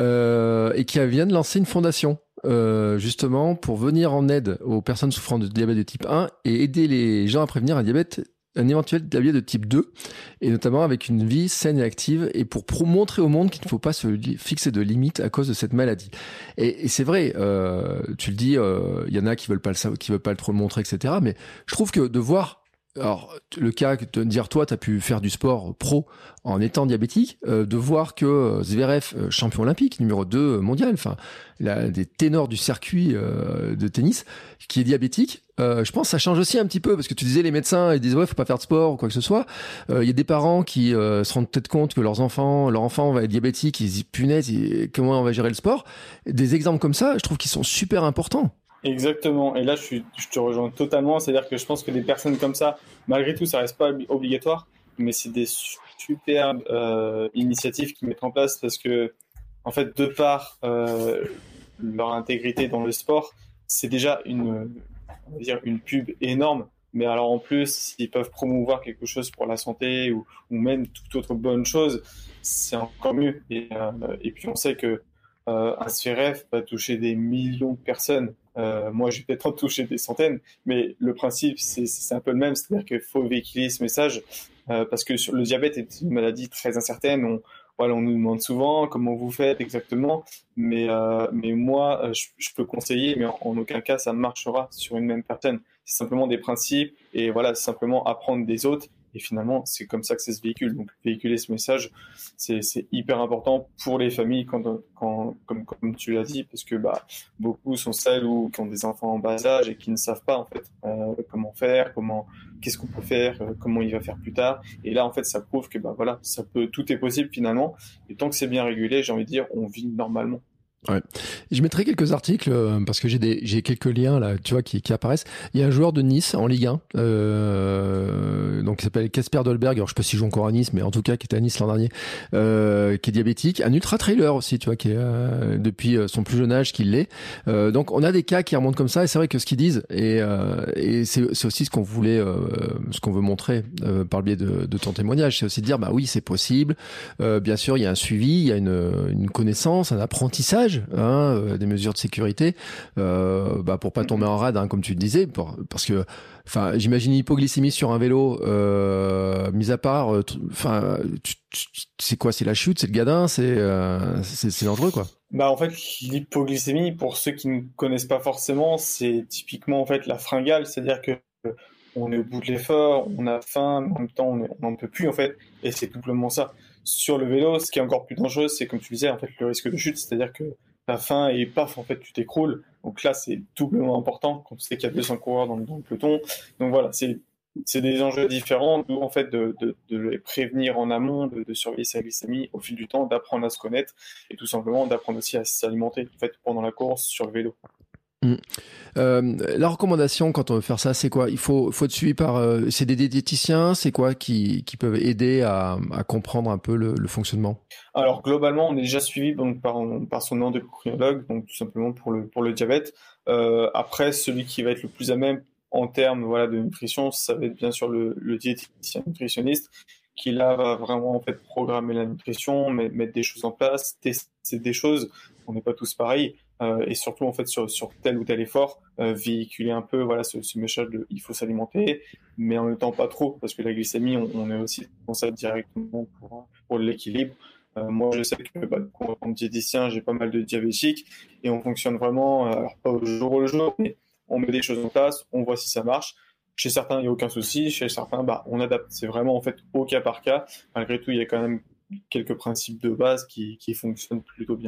A: euh, et qui vient de lancer une fondation, euh, justement, pour venir en aide aux personnes souffrant de diabète de type un et aider les gens à prévenir un diabète, un éventuel diabète de type deux, et notamment avec une vie saine et active, et pour pro- montrer au monde qu'il ne faut pas se li- fixer de limites à cause de cette maladie. Et, et c'est vrai, euh, tu le dis, euh, il y en a qui veulent pas le savoir, qui veulent pas trop le montrer, et cetera. Mais je trouve que de voir, alors le cas de te dire toi, tu as pu faire du sport pro en étant diabétique, euh, de voir que euh, Zverev, euh, champion olympique, numéro deux mondial, enfin, l'un des ténors du circuit euh, de tennis, qui est diabétique, euh, je pense que ça change aussi un petit peu, parce que tu disais les médecins, ils disent ouais, faut pas faire de sport ou quoi que ce soit. Euh, Il y a des parents qui euh, se rendent peut-être compte que leurs enfants, leur enfant va être diabétique, ils se disent punaise, il- comment on va gérer le sport. Des exemples comme ça, je trouve qu'ils sont super importants.
B: Exactement. Et là, je, suis, je te rejoins totalement. C'est-à-dire que je pense que des personnes comme ça, malgré tout, ça reste pas ob- obligatoire, mais c'est des su- super euh, initiatives qu'ils mettent en place parce que, en fait, de par euh, leur intégrité dans le sport, c'est déjà une, on va dire, une pub énorme. Mais alors en plus, s'ils peuvent promouvoir quelque chose pour la santé ou, ou même toute autre bonne chose, c'est encore mieux. Et, euh, et puis on sait que euh, un Zverev va toucher des millions de personnes. Euh, moi, je vais peut-être en toucher des centaines, mais le principe, c'est c'est un peu le même, c'est-à-dire qu'il faut véhiculer ce message euh, parce que sur le diabète est une maladie très incertaine. On, voilà, on nous demande souvent comment vous faites exactement, mais, euh, mais moi, euh, je, je peux conseiller, mais en, en aucun cas ça marchera sur une même personne. C'est simplement des principes et voilà, c'est simplement apprendre des autres. Et finalement, c'est comme ça que ça se véhicule. Donc, véhiculer ce message, c'est c'est hyper important pour les familles, quand, quand, comme, comme tu l'as dit, parce que bah, beaucoup sont celles où, qui ont des enfants en bas âge et qui ne savent pas en fait euh, comment faire, comment, qu'est-ce qu'on peut faire, euh, comment il va faire plus tard. Et là, en fait, ça prouve que bah voilà, ça peut, tout est possible finalement. Et tant que c'est bien régulé, j'ai envie de dire, on vit normalement.
A: Ouais. Je mettrai quelques articles euh, parce que j'ai des j'ai quelques liens là, tu vois, qui, qui apparaissent. Il y a un joueur de Nice en Ligue un, euh, donc qui s'appelle Casper Dolberg. Alors je sais pas s'il joue encore à Nice, mais en tout cas qui était à Nice l'an dernier, euh, qui est diabétique. Un ultra trailer aussi, tu vois, qui est euh, depuis euh, son plus jeune âge qu'il l'est. Euh, donc on a des cas qui remontent comme ça, et c'est vrai que ce qu'ils disent et euh, et c'est c'est aussi ce qu'on voulait, euh, ce qu'on veut montrer euh, par le biais de, de ton témoignage, c'est aussi de dire bah oui c'est possible. Euh, bien sûr il y a un suivi, il y a une une connaissance, un apprentissage. Hein, euh, des mesures de sécurité, euh, bah pour pas tomber en rade, hein, comme tu le disais, pour, parce que, enfin, j'imagine hypoglycémie sur un vélo, euh, mis à part, enfin, euh, c'est quoi, c'est la chute, c'est le gadin, c'est, euh, c'est, c'est dangereux, quoi.
B: Bah en fait, l'hypoglycémie, pour ceux qui ne connaissent pas forcément, c'est typiquement en fait la fringale, c'est-à-dire que euh, on est au bout de l'effort, on a faim, mais en même temps on est- on n'en peut plus en fait, et c'est doublement ça. Sur le vélo, ce qui est encore plus dangereux, c'est comme tu disais en fait le risque de chute, c'est-à-dire que t'as faim et paf en fait tu t'écroules. Donc là c'est doublement important quand tu sais qu'il y a deux cents coureurs dans le, dans le peloton. Donc voilà, c'est c'est des enjeux différents, d'où en fait de, de, de les prévenir en amont, de, de surveiller sa glycémie au fil du temps, d'apprendre à se connaître et tout simplement d'apprendre aussi à s'alimenter en fait pendant la course sur le vélo.
A: Mm. Euh, la recommandation quand on veut faire ça, c'est quoi? Il faut, faut être suivi par, euh, c'est des diététiciens, c'est quoi qui, qui peuvent aider à, à comprendre un peu le, le fonctionnement?
B: Alors globalement, on est déjà suivi donc par, par son endocrinologue, donc tout simplement pour le pour le diabète. Euh, après, celui qui va être le plus à même en termes voilà de nutrition, ça va être bien sûr le, le diététicien nutritionniste qui là va vraiment en fait programmer la nutrition, met- mettre des choses en place, tester des choses. On n'est pas tous pareils. Euh, et surtout en fait sur sur tel ou tel effort, euh, véhiculer un peu voilà ce, ce message de il faut s'alimenter, mais en même temps pas trop parce que la glycémie, on, on est aussi responsable directement pour pour l'équilibre. Euh, moi, je sais que bah, en tant que diététicien, j'ai pas mal de diabétiques et on fonctionne vraiment, euh, alors pas au jour le jour, mais on met des choses en place, on voit si ça marche. Chez certains, il n'y a aucun souci. Chez certains, bah, on adapte. C'est vraiment en fait au cas par cas. Malgré tout, il y a quand même quelques principes de base qui, qui fonctionnent plutôt bien.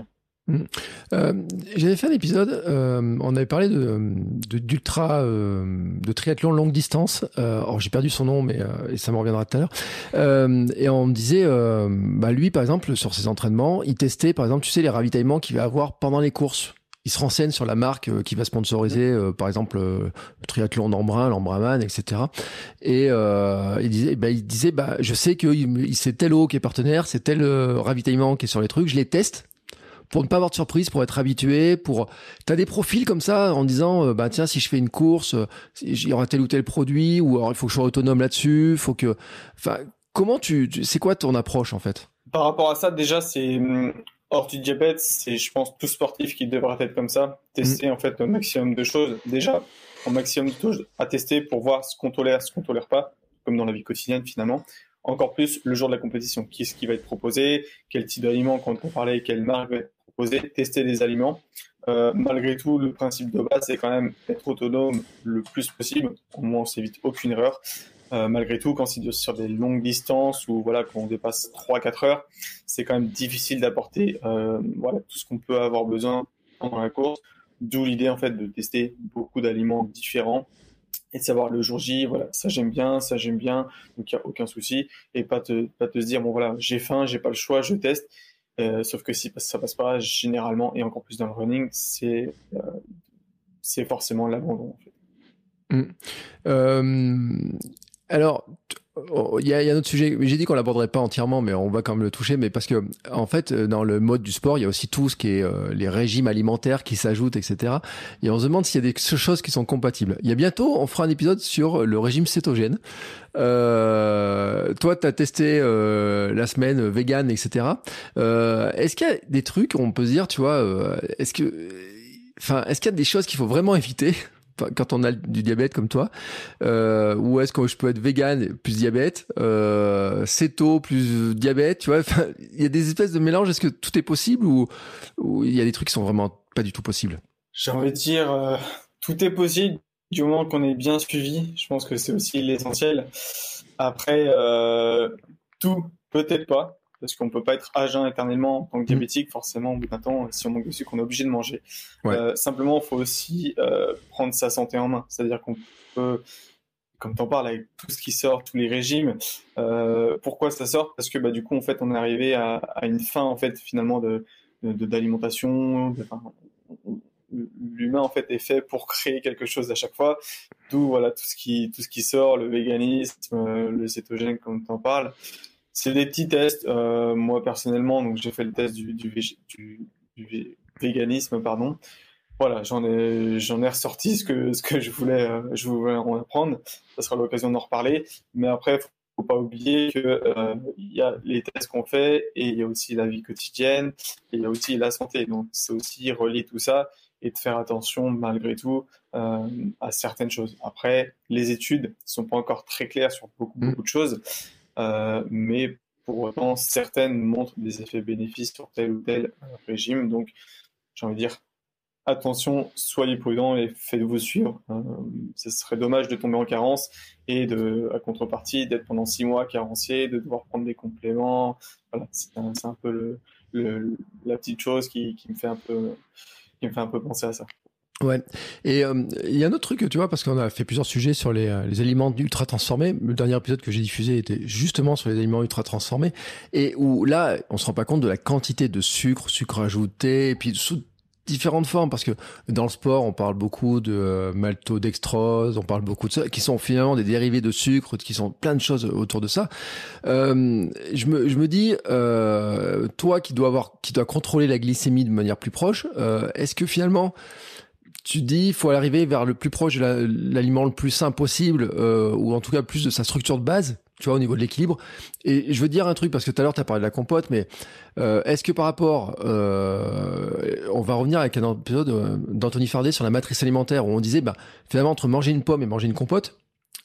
A: Mmh. Euh, j'avais fait un épisode, euh, on avait parlé de, de d'ultra, euh, de triathlon longue distance. Euh, alors j'ai perdu son nom, mais euh, et ça me reviendra tout à l'heure. Euh, et on me disait, euh, bah lui par exemple sur ses entraînements, il testait par exemple, tu sais les ravitaillements qu'il va avoir pendant les courses. Il se renseigne sur la marque euh, qui va sponsoriser, euh, par exemple euh, le triathlon d'Embrun, l'Embrunman, et cetera. Et euh, il disait, bah il disait, bah je sais que il, c'est tel eau qui est partenaire, c'est tel euh, ravitaillement qui est sur les trucs, je les teste pour ne pas avoir de surprise, pour être habitué, pour t'as des profils comme ça en disant euh, bah tiens si je fais une course, euh, il y aura tel ou tel produit ou alors il faut que je sois autonome là-dessus, faut que enfin comment tu, tu c'est quoi ton approche en fait?
B: Par rapport à ça, déjà, c'est hum, hors du diabète, c'est, je pense, tout sportif qui devrait être comme ça.
A: Mm.
B: Tester, en fait, un maximum de choses. Déjà, un maximum de choses à tester pour voir ce qu'on tolère, ce qu'on tolère pas, comme dans la vie quotidienne, finalement. Encore plus le jour de la compétition. Qu'est-ce qui va être proposé? Quel type d'aliment, quand on parlait, quelle marque va être proposée? Tester des aliments. Euh, malgré tout, le principe de base, c'est quand même être autonome le plus possible. Au moins, on s'évite aucune erreur. Euh, malgré tout, quand c'est sur des longues distances ou voilà, quand on dépasse trois quatre heures, c'est quand même difficile d'apporter euh, voilà, tout ce qu'on peut avoir besoin pendant la course. D'où l'idée en fait de tester beaucoup d'aliments différents et de savoir le jour J, voilà, ça j'aime bien, ça j'aime bien, donc il n'y a aucun souci. Et pas te, pas te se dire, bon voilà, j'ai faim, j'ai pas le choix, je teste. Euh, sauf que si ça passe pas, généralement, et encore plus dans le running, c'est, euh, c'est forcément l'abandon en fait.
A: Mm. Euh, alors, oh, il y a, il y a un autre sujet, mais j'ai dit qu'on l'aborderait pas entièrement, mais on va quand même le toucher, mais parce que, en fait, dans le mode du sport, il y a aussi tout ce qui est euh, les régimes alimentaires qui s'ajoutent, et cetera. Et on se demande s'il y a des choses qui sont compatibles. Il y a bientôt, on fera un épisode sur le régime cétogène. Euh, toi, tu as testé euh, la semaine vegan, et cetera. Euh, est-ce qu'il y a des trucs où on peut se dire, tu vois, euh, est-ce que, enfin, est-ce qu'il y a des choses qu'il faut vraiment éviter quand on a du diabète comme toi, euh, ou est-ce que je peux être vegan plus diabète, euh, céto plus diabète, tu vois, enfin, il y a des espèces de mélanges, est-ce que tout est possible ou, ou il y a des trucs qui sont vraiment pas du tout possibles?
B: J'ai envie de dire, euh, tout est possible du moment qu'on est bien suivi. Je pense que c'est aussi l'essentiel. Après, euh, tout, peut-être pas, parce qu'on peut pas être à jeun éternellement en tant que
A: Mmh.
B: diabétique. Forcément, au bout d'un temps, si on manque de sucre, on est obligé de manger.
A: Ouais.
B: Euh, simplement, il faut aussi euh, prendre sa santé en main. C'est-à-dire qu'on peut, comme t'en parles, avec tout ce qui sort, tous les régimes. Euh, pourquoi ça sort? Parce que bah, du coup, en fait, on est arrivé à, à une fin, en fait, finalement, de, de, d'alimentation. De, enfin, l'humain en fait est fait pour créer quelque chose à chaque fois. D'où voilà tout ce qui tout ce qui sort, le véganisme, euh, le cétogène comme tu en parles. C'est des petits tests. Euh, moi personnellement, donc j'ai fait le test du du, vég- du, du véganisme, pardon. Voilà, j'en ai j'en ai ressorti ce que ce que je voulais euh, je voulais en apprendre. Ça sera l'occasion d'en reparler. Mais après, faut pas oublier que euh, il y a les tests qu'on fait et il y a aussi la vie quotidienne et il y a aussi la santé. Donc c'est aussi relier tout ça et de faire attention malgré tout euh, à certaines choses. Après, les études sont pas encore très claires sur beaucoup
A: Mmh.
B: beaucoup de choses, euh, mais pour autant certaines montrent des effets bénéfices sur tel ou tel régime. Donc j'ai envie de dire attention, soyez prudents et faites-vous suivre. Euh, ce serait dommage de tomber en carence et de, à contrepartie, d'être pendant six mois carencier, de devoir prendre des compléments. Voilà, c'est un, c'est un peu le, le, la petite chose qui, qui me fait un peu, qui me fait un peu penser à ça.
A: Ouais. Et euh, il y a un autre truc, tu vois, parce qu'on a fait plusieurs sujets sur les, euh, les aliments ultra transformés. Le dernier épisode que j'ai diffusé était justement sur les aliments ultra transformés, et où là, on se rend pas compte de la quantité de sucre, sucre ajouté, et puis sous différentes formes, parce que dans le sport, on parle beaucoup de euh, maltodextrose, on parle beaucoup de ça, qui sont finalement des dérivés de sucre, qui sont plein de choses autour de ça. Euh, je me, je me dis, euh, toi qui dois avoir, qui dois contrôler la glycémie de manière plus proche, euh, est-ce que finalement tu dis il faut arriver vers le plus proche de la, l'aliment le plus sain possible, euh, ou en tout cas plus de sa structure de base, tu vois, au niveau de l'équilibre. Et je veux dire un truc, parce que tout à l'heure tu as parlé de la compote, mais euh, est-ce que par rapport, euh, on va revenir avec un épisode euh, d'Anthony Fardet sur la matrice alimentaire, où on disait bah finalement entre manger une pomme et manger une compote,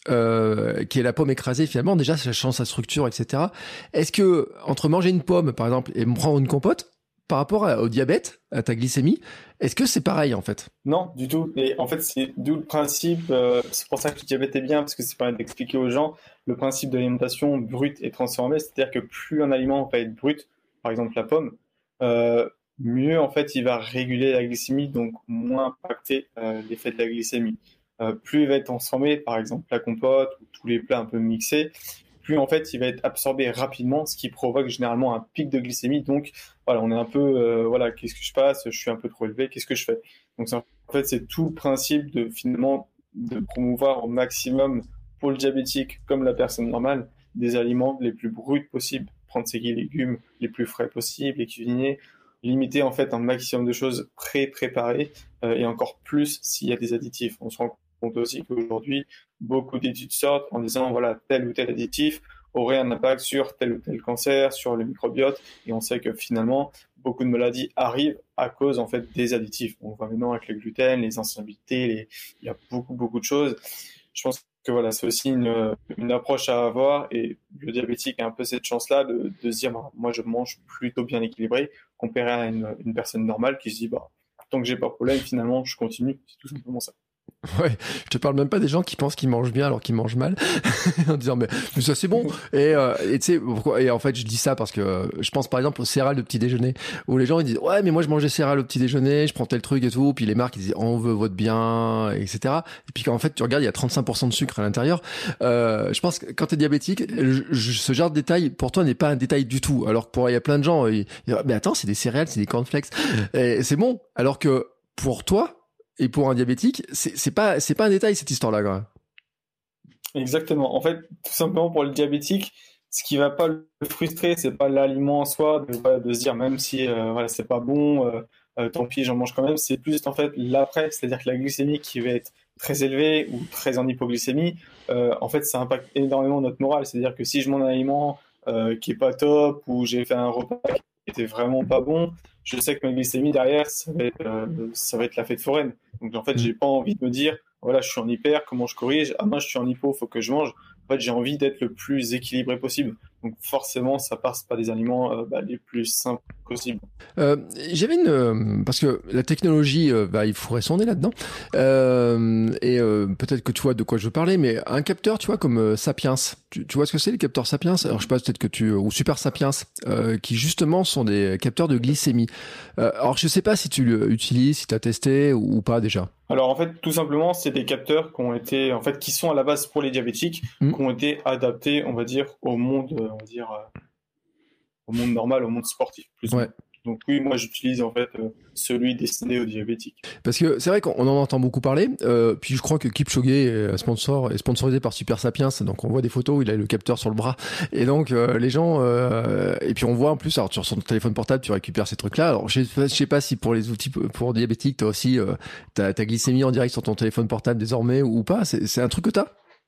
A: euh, qui est la pomme écrasée, finalement déjà ça change sa structure, etc. Est-ce que entre manger une pomme par exemple et prendre une compote, par rapport à, au diabète, à ta glycémie, est-ce que c'est pareil en fait?
B: Non, du tout. Et en fait, c'est d'où le principe, euh, c'est pour ça que le diabète est bien, parce que c'est permet d'expliquer aux gens le principe de l'alimentation brute et transformée, c'est-à-dire que plus un aliment va être brut, par exemple la pomme, euh, mieux en fait il va réguler la glycémie, donc moins impacter euh, l'effet de la glycémie. Euh, plus il va être transformé, par exemple la compote ou tous les plats un peu mixés, plus en fait il va être absorbé rapidement, ce qui provoque généralement un pic de glycémie. Donc voilà, on est un peu, euh, voilà, qu'est-ce que je passe? Je suis un peu trop élevé, qu'est-ce que je fais? Donc en fait c'est tout le principe de finalement de promouvoir au maximum pour le diabétique comme la personne normale des aliments les plus bruts possibles, prendre ses légumes les plus frais possibles, les cuisiner, limiter en fait un maximum de choses pré-préparées euh, et encore plus s'il y a des additifs. On se rend compte aussi qu'aujourd'hui, beaucoup d'études sortent en disant voilà, tel ou tel additif aurait un impact sur tel ou tel cancer, sur le microbiote, et on sait que finalement, beaucoup de maladies arrivent à cause en fait des additifs. On voit maintenant avec le gluten, les insensibilités, les... il y a beaucoup beaucoup de choses. Je pense que voilà, c'est aussi une, une approche à avoir, et le diabétique a un peu cette chance-là de, de se dire bah, moi je mange plutôt bien équilibré comparé à une, une personne normale qui se dit bah tant que j'ai pas de problème, finalement je continue. C'est tout simplement ça.
A: Ouais, je te parle même pas des gens qui pensent qu'ils mangent bien alors qu'ils mangent mal, en disant mais, mais ça c'est bon. Et euh, et tu sais pourquoi? Et en fait je dis ça parce que euh, je pense par exemple aux céréales de petit déjeuner où les gens ils disent ouais mais moi je mange des céréales au petit déjeuner, je prends tel truc et tout, puis les marques ils disent on veut votre bien, et cetera. Et puis quand en fait tu regardes il y a trente-cinq pour cent de sucre à l'intérieur. Euh, je pense que quand t'es diabétique, je, je, ce genre de détail pour toi n'est pas un détail du tout. Alors que pour il y a plein de gens ils, ils disent mais attends c'est des céréales, c'est des cornflakes, et c'est bon. Alors que pour toi et pour un diabétique, c'est, c'est pas, c'est pas un détail cette histoire-là, quand même.
B: Exactement. En fait, tout simplement pour le diabétique, ce qui va pas le frustrer, c'est pas l'aliment en soi, de, voilà, de se dire même si euh, voilà c'est pas bon, euh, euh, tant pis, j'en mange quand même. C'est plus en fait l'après, c'est-à-dire que la glycémie qui va être très élevée ou très en hypoglycémie, euh, en fait, ça impacte énormément notre morale. C'est-à-dire que si je mange un aliment euh, qui est pas top ou j'ai fait un repas qui était vraiment pas bon, je sais que ma glycémie derrière, ça va être, euh, ça va être la fête foraine. Donc en fait, j'ai pas envie de me dire voilà, je suis en hyper, comment je corrige? Ah, moi, je suis en hypo, faut que je mange. En fait, j'ai envie d'être le plus équilibré possible. Donc, forcément, ça passe par des aliments euh, bah, les plus simples possibles.
A: Euh, j'avais une euh, parce que la technologie, euh, bah, il faudrait sonner là-dedans. Euh, et euh, peut-être que tu vois de quoi je parlais, mais un capteur, tu vois, comme euh, Sapiens. Tu, tu vois ce que c'est les capteurs Sapiens? Alors, je sais pas, peut-être que tu ou Super Sapiens, euh, qui justement sont des capteurs de glycémie. Euh, alors, je sais pas si tu l'utilises, si tu as testé ou, ou pas déjà.
B: Alors en fait, tout simplement, c'est des capteurs qui ont été, en fait, qui sont à la base pour les diabétiques,
A: Mmh.
B: qui ont été adaptés, on va dire, au monde, on va dire, euh, au monde normal, au monde sportif, plus ou
A: Ouais.
B: moins. Donc oui, moi j'utilise en fait euh, celui destiné aux diabétiques.
A: Parce que c'est vrai qu'on en entend beaucoup parler. Euh, puis je crois que Kipchoge est sponsor, est sponsorisé par Super Sapiens, donc on voit des photos où il a le capteur sur le bras. Et donc euh, les gens, euh, et puis on voit en plus, alors sur son téléphone portable, tu récupères ces trucs-là. Alors je sais, je sais pas si pour les outils pour diabétiques, t'as aussi euh, ta, ta glycémie en direct sur ton téléphone portable désormais ou pas. C'est, c'est un truc que t'as?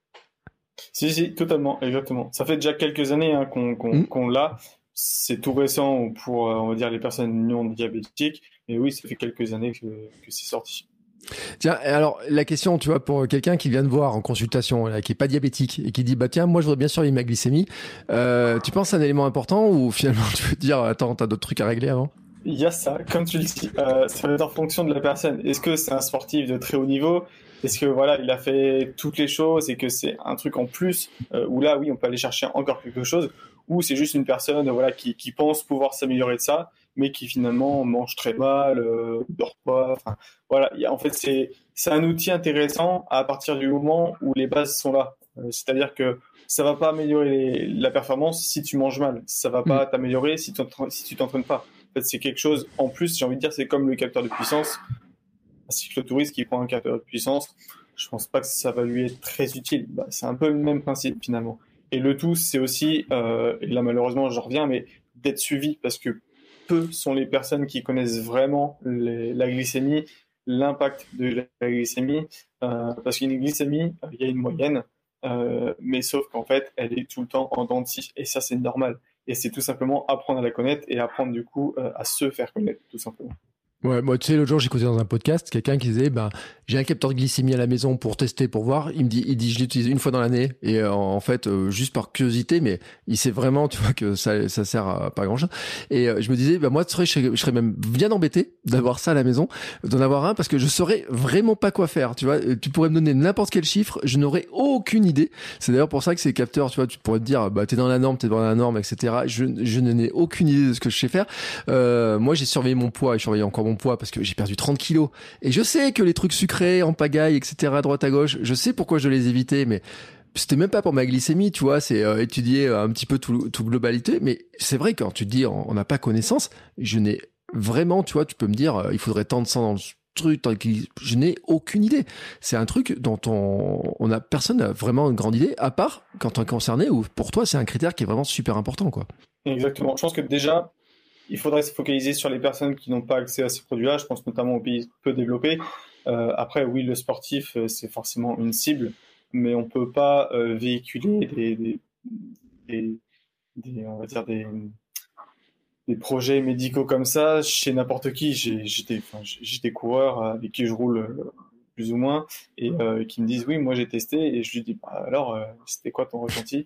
B: Si, si, totalement, exactement. Ça fait déjà quelques années hein, qu'on qu'on,
A: Mmh.
B: qu'on l'a. C'est tout récent pour, euh, on va dire, les personnes non diabétiques. Mais oui, ça fait quelques années que, que c'est sorti.
A: Tiens, alors la question, tu vois, pour quelqu'un qui vient de voir en consultation, là, qui est pas diabétique et qui dit bah tiens, moi je voudrais bien surveiller ma glycémie, euh, tu penses que c'est un élément important ou finalement tu veux te dire attends, t'as d'autres trucs à régler avant?
B: Il y a ça, comme tu le dis, euh, ça va être en fonction de la personne. Est-ce que c'est un sportif de très haut niveau? Est-ce que voilà, il a fait toutes les choses et que c'est un truc en plus euh, où là, oui, on peut aller chercher encore quelque chose, ou c'est juste une personne voilà qui, qui pense pouvoir s'améliorer de ça, mais qui finalement mange très mal, euh, dort pas. Enfin, voilà, il y a, en fait, c'est c'est un outil intéressant à partir du moment où les bases sont là. Euh, c'est-à-dire que ça va pas améliorer les- la performance si tu manges mal. Ça va pas t'améliorer si tu si tu t'entraînes pas. En fait, c'est quelque chose en plus, j'ai envie de dire, c'est comme le capteur de puissance. Un cyclotouriste qui prend un capteur de puissance, je pense pas que ça va lui être très utile. Bah, c'est un peu le même principe finalement. Et le tout, c'est aussi, euh, et là malheureusement j'en reviens, mais d'être suivi parce que peu sont les personnes qui connaissent vraiment les, la glycémie, l'impact de la glycémie, euh, parce qu'une glycémie, euh, il y a une moyenne, euh, mais sauf qu'en fait, elle est tout le temps en dents de scie, et ça c'est normal. Et c'est tout simplement apprendre à la connaître et apprendre du coup euh, à se faire connaître, tout simplement.
A: Ouais, moi, tu sais, l'autre jour, j'écoutais dans un podcast quelqu'un qui disait, ben, j'ai un capteur de glycémie à la maison pour tester, pour voir. Il me dit, il dit, je l'utilise une fois dans l'année et euh, en fait, euh, juste par curiosité, mais il sait vraiment, tu vois, que ça, ça sert à pas grand chose. Et euh, je me disais, ben moi, tu sais, je serais, je serais même bien embêté d'avoir ça à la maison, d'en avoir un, parce que je saurais vraiment pas quoi faire. Tu vois, tu pourrais me donner n'importe quel chiffre, je n'aurais aucune idée. C'est d'ailleurs pour ça que ces capteurs, tu vois, tu pourrais te dire, bah, t'es dans la norme, t'es dans la norme, et cetera. Je, je n'ai aucune idée de ce que je sais faire. Euh, moi, j'ai surveillé mon poids et je surveille encore mon poids parce que j'ai perdu trente kilos. Et je sais que les trucs sucrés, en pagaille, et cetera, à droite à gauche, je sais pourquoi je dois les éviter, mais c'était même pas pour ma glycémie, tu vois, c'est euh, étudier un petit peu tout, tout globalité. Mais c'est vrai, quand tu te dis, on n'a pas connaissance, je n'ai vraiment, tu vois, tu peux me dire, euh, il faudrait tant de sang dans le truc, je n'ai aucune idée. C'est un truc dont on, on a, personne n'a vraiment une grande idée, à part quand on est concerné, ou pour toi, c'est un critère qui est vraiment super important, quoi.
B: Exactement. Je pense que déjà, il faudrait se focaliser sur les personnes qui n'ont pas accès à ces produits-là. Je pense notamment aux pays peu développés. Euh, après, oui, le sportif, c'est forcément une cible, mais on peut pas euh, véhiculer des, des, des, des, on va dire des, des projets médicaux comme ça chez n'importe qui. J'ai, j'ai, des, enfin, j'ai des coureurs avec qui je roule euh, plus ou moins et euh, qui me disent oui, moi j'ai testé et je lui dis bah, alors euh, c'était quoi ton ressenti?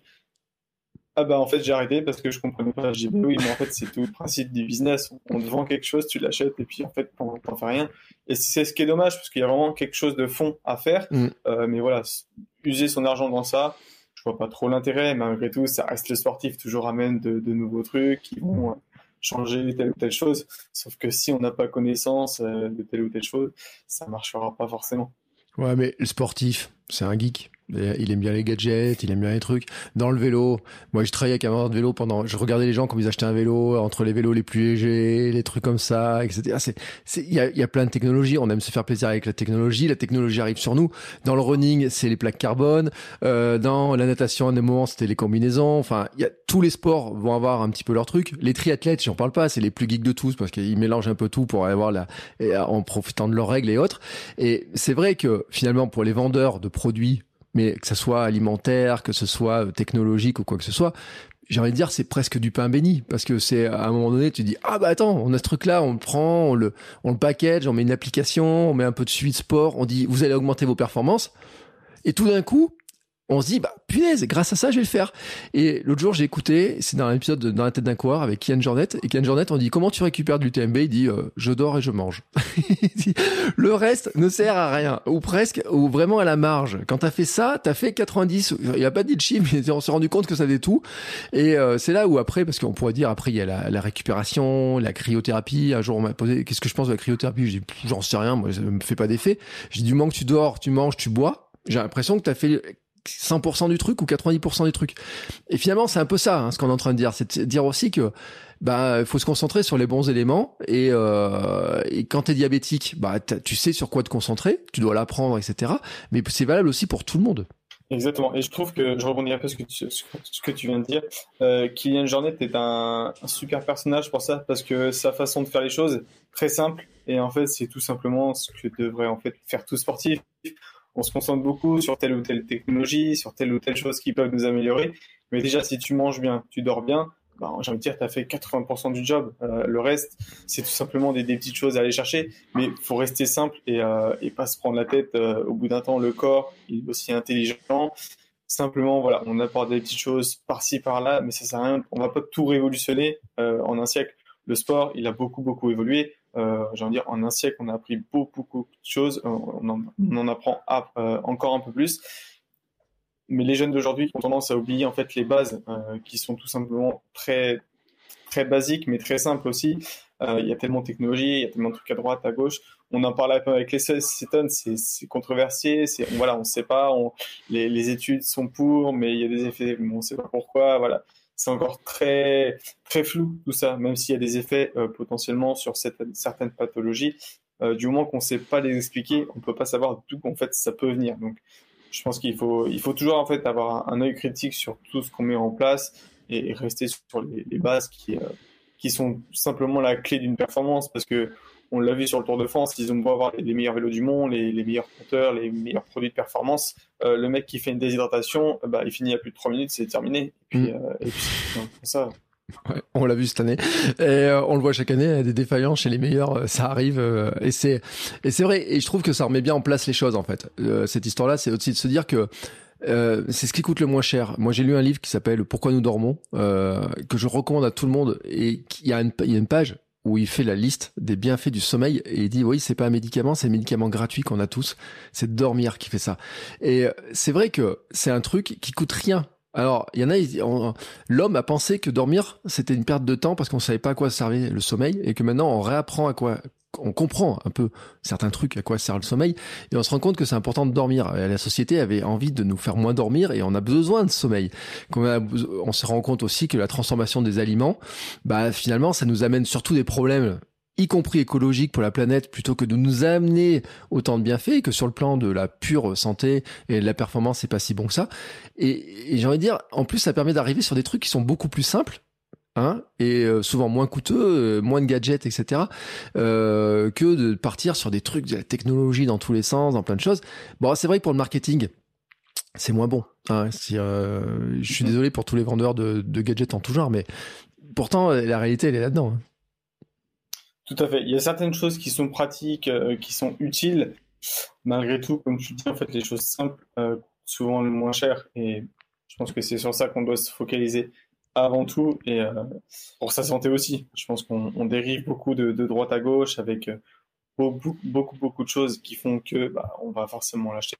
B: Ah bah en fait j'ai arrêté parce que je comprenais pas. J'ai dit bah oui mais en fait c'est tout le principe du business. On te vend quelque chose, tu l'achètes et puis en fait t'en, t'en fais rien. Et c'est ce qui est dommage parce qu'il y a vraiment quelque chose de fond à faire.
A: Mm.
B: Euh, mais voilà, user son argent dans ça, je vois pas trop l'intérêt. Malgré tout, ça reste le sportif toujours amène de, de nouveaux trucs qui vont euh, changer telle ou telle chose. Sauf que si on n'a pas connaissance euh, de telle ou telle chose, ça marchera pas forcément.
A: Ouais, mais le sportif, c'est un geek. Il aime bien les gadgets, il aime bien les trucs. Dans le vélo, moi je travaillais avec un vendeur de vélo pendant, je regardais les gens comme ils achetaient un vélo, entre les vélos les plus légers, les trucs comme ça, et cetera. C'est, c'est, il y a, il y a plein de technologies. On aime se faire plaisir avec la technologie. La technologie arrive sur nous. Dans le running, c'est les plaques carbone. Euh, dans la natation, à des moments, c'était les combinaisons. Enfin, il y a, tous les sports vont avoir un petit peu leur truc. Les triathlètes, j'en parle pas, c'est les plus geeks de tous parce qu'ils mélangent un peu tout pour avoir la, en profitant de leurs règles et autres. Et c'est vrai que finalement, pour les vendeurs de produits, mais que ce soit alimentaire, que ce soit technologique ou quoi que ce soit, j'ai envie de dire c'est presque du pain béni parce que c'est à un moment donné tu dis ah bah attends on a ce truc là on le prend on le on le package on met une application on met un peu de suivi de sport on dit vous allez augmenter vos performances et tout d'un coup on se dit bah punaise grâce à ça je vais le faire. Et l'autre jour j'ai écouté, c'est dans un épisode de Dans la tête d'un coureur avec Kian Jornet, et Kian Jornet on dit comment tu récupères de l'U T M B, il dit euh, je dors et je mange. Il dit, le reste ne sert à rien ou presque ou vraiment à la marge. Quand t'as fait ça t'as fait quatre-vingt-dix, il a pas dit de chiffre mais on s'est rendu compte que ça faisait tout. Et euh, c'est là où après, parce qu'on pourrait dire après il y a la, la récupération, la cryothérapie. Un jour on m'a posé qu'est-ce que je pense de la cryothérapie, j'ai dit j'en sais rien, moi ça me fait pas d'effet. J'ai dit du moment que tu dors, tu manges, tu bois, j'ai l'impression que t'as fait cent pour cent du truc ou quatre-vingt-dix pour cent du truc. Et finalement, c'est un peu ça, hein, ce qu'on est en train de dire. C'est de dire aussi que, bah, il faut se concentrer sur les bons éléments et, euh, et quand t'es diabétique, bah, tu sais sur quoi te concentrer, tu dois l'apprendre, et cetera. Mais c'est valable aussi pour tout le monde.
B: Exactement. Et je trouve que, je rebondis un peu sur ce que tu, ce que tu viens de dire, euh, Kylian Jornet est un, un super personnage pour ça, parce que sa façon de faire les choses, très simple, et en fait, c'est tout simplement ce que devrait en fait faire tout sportif. On se concentre beaucoup sur telle ou telle technologie, sur telle ou telle chose qui peuvent nous améliorer. Mais déjà, si tu manges bien, tu dors bien, bah, j'ai envie de dire, tu as fait quatre-vingts pour cent du job. Euh, le reste, c'est tout simplement des, des petites choses à aller chercher. Mais il faut rester simple et, euh, et pas se prendre la tête. Euh, au bout d'un temps, le corps, il est aussi intelligent. Simplement, voilà, on apporte des petites choses par-ci, par-là, mais ça sert à rien. On va pas tout révolutionner euh, en un siècle. Le sport, il a beaucoup, beaucoup évolué. Euh, j'ai envie de dire, en un siècle, on a appris beaucoup, beaucoup de choses. On en, on en apprend à, euh, encore un peu plus. Mais les jeunes d'aujourd'hui ont tendance à oublier en fait les bases euh, qui sont tout simplement très, très basiques, mais très simples aussi. Euh, il y a tellement de technologies, il y a tellement de trucs à droite, à gauche. On en parle un peu avec les cétones, c'est, c'est controversé. C'est, voilà, on ne sait pas. On, les, les études sont pour, mais il y a des effets, mais on ne sait pas pourquoi. Voilà. C'est encore très, très flou tout ça, même s'il y a des effets euh, potentiellement sur cette, certaines pathologies. Euh, du moment qu'on ne sait pas les expliquer, on ne peut pas savoir d'où en fait ça peut venir. Donc, je pense qu'il faut, il faut toujours en fait avoir un, un œil critique sur tout ce qu'on met en place et, et rester sur les, les bases qui, euh, qui sont simplement la clé d'une performance, parce que on l'a vu sur le Tour de France, ils ont beau avoir les, les meilleurs vélos du monde, les, les meilleurs compteurs, les meilleurs produits de performance. Euh, le mec qui fait une déshydratation, bah, il finit à plus de trois minutes, c'est terminé. Et puis, mmh. euh, et puis c'est ça.
A: Ouais, on l'a vu cette année et euh, on le voit chaque année, des défaillances chez les meilleurs, euh, ça arrive euh, et c'est et c'est vrai et je trouve que ça remet bien en place les choses en fait. Euh, cette histoire-là, c'est aussi de se dire que euh, c'est ce qui coûte le moins cher. Moi, j'ai lu un livre qui s'appelle Pourquoi nous dormons, euh, que je recommande à tout le monde et il y a une il y a une page où il fait la liste des bienfaits du sommeil et il dit oui, c'est pas un médicament, c'est un médicament gratuit qu'on a tous, c'est de dormir qui fait ça. Et c'est vrai que c'est un truc qui coûte rien. Alors, il y en a, ils- on- l'homme a pensé que dormir, c'était une perte de temps parce qu'on savait pas à quoi servait le sommeil et que maintenant on réapprend à quoi, on comprend un peu certains trucs à quoi sert le sommeil et on se rend compte que c'est important de dormir. Et la société avait envie de nous faire moins dormir et on a besoin de sommeil. Qu'on a- on se rend compte aussi que la transformation des aliments, bah finalement, ça nous amène surtout des problèmes y compris écologiques pour la planète, plutôt que de nous amener autant de bienfaits, que sur le plan de la pure santé et de la performance, c'est pas si bon que ça. Et, et j'ai envie de dire, en plus, ça permet d'arriver sur des trucs qui sont beaucoup plus simples, hein, et euh, souvent moins coûteux, euh, moins de gadgets, et cetera, euh, que de partir sur des trucs de la technologie dans tous les sens, dans plein de choses. Bon, c'est vrai que pour le marketing, c'est moins bon. Hein, si, euh, je suis désolé pour tous les vendeurs de, de gadgets en tout genre, mais pourtant, la réalité, elle est là-dedans. Hein.
B: Tout à fait. Il y a certaines choses qui sont pratiques, euh, qui sont utiles. Malgré tout, comme tu dis, en fait, les choses simples, euh, coûtent souvent le moins cher. Et je pense que c'est sur ça qu'on doit se focaliser avant tout. Et euh, pour sa santé aussi. Je pense qu'on on dérive beaucoup de, de droite à gauche avec euh, beaucoup, beaucoup, beaucoup de choses qui font que bah, on va forcément l'acheter.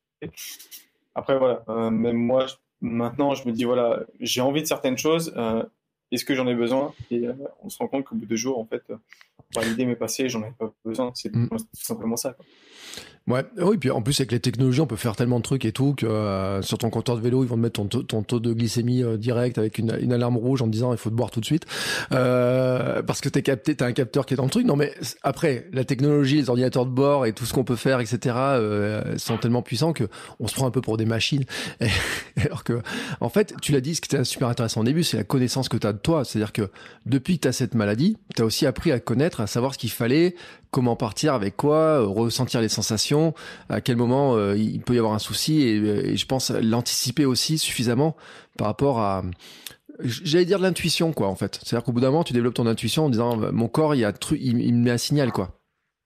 B: Après, voilà, euh, même moi, je- maintenant, je me dis, voilà, j'ai envie de certaines choses. Euh, est-ce que j'en ai besoin? Et euh, on se rend compte qu'au bout de deux jours, en fait, euh, bah, l'idée m'est passée, j'en avais pas besoin. C'est
A: Mm.
B: tout simplement ça, quoi.
A: Ouais, oui, puis en plus avec les technologies, on peut faire tellement de trucs et tout que euh, sur ton compteur de vélo, ils vont te mettre ton, taux- ton taux de glycémie euh, direct avec une, une alarme rouge en te disant il faut te boire tout de suite euh, parce que t'es capté, t'as un capteur qui est dans le truc. Non mais après, la technologie, les ordinateurs de bord et tout ce qu'on peut faire, et cetera euh, sont tellement puissants que on se prend un peu pour des machines. Et, alors que, en fait, tu l'as dit, ce qui était super intéressant au début, c'est la connaissance que t'as de toi. C'est-à-dire que depuis que t'as cette maladie, t'as aussi appris à connaître, à savoir ce qu'il fallait, comment partir, avec quoi, euh, ressentir les sensations, à quel moment euh, il peut y avoir un souci et, et je pense l'anticiper aussi suffisamment par rapport à, j'allais dire de l'intuition quoi en fait. C'est-à-dire qu'au bout d'un moment tu développes ton intuition en disant mon corps il y a un truc, il, il me met un signal quoi.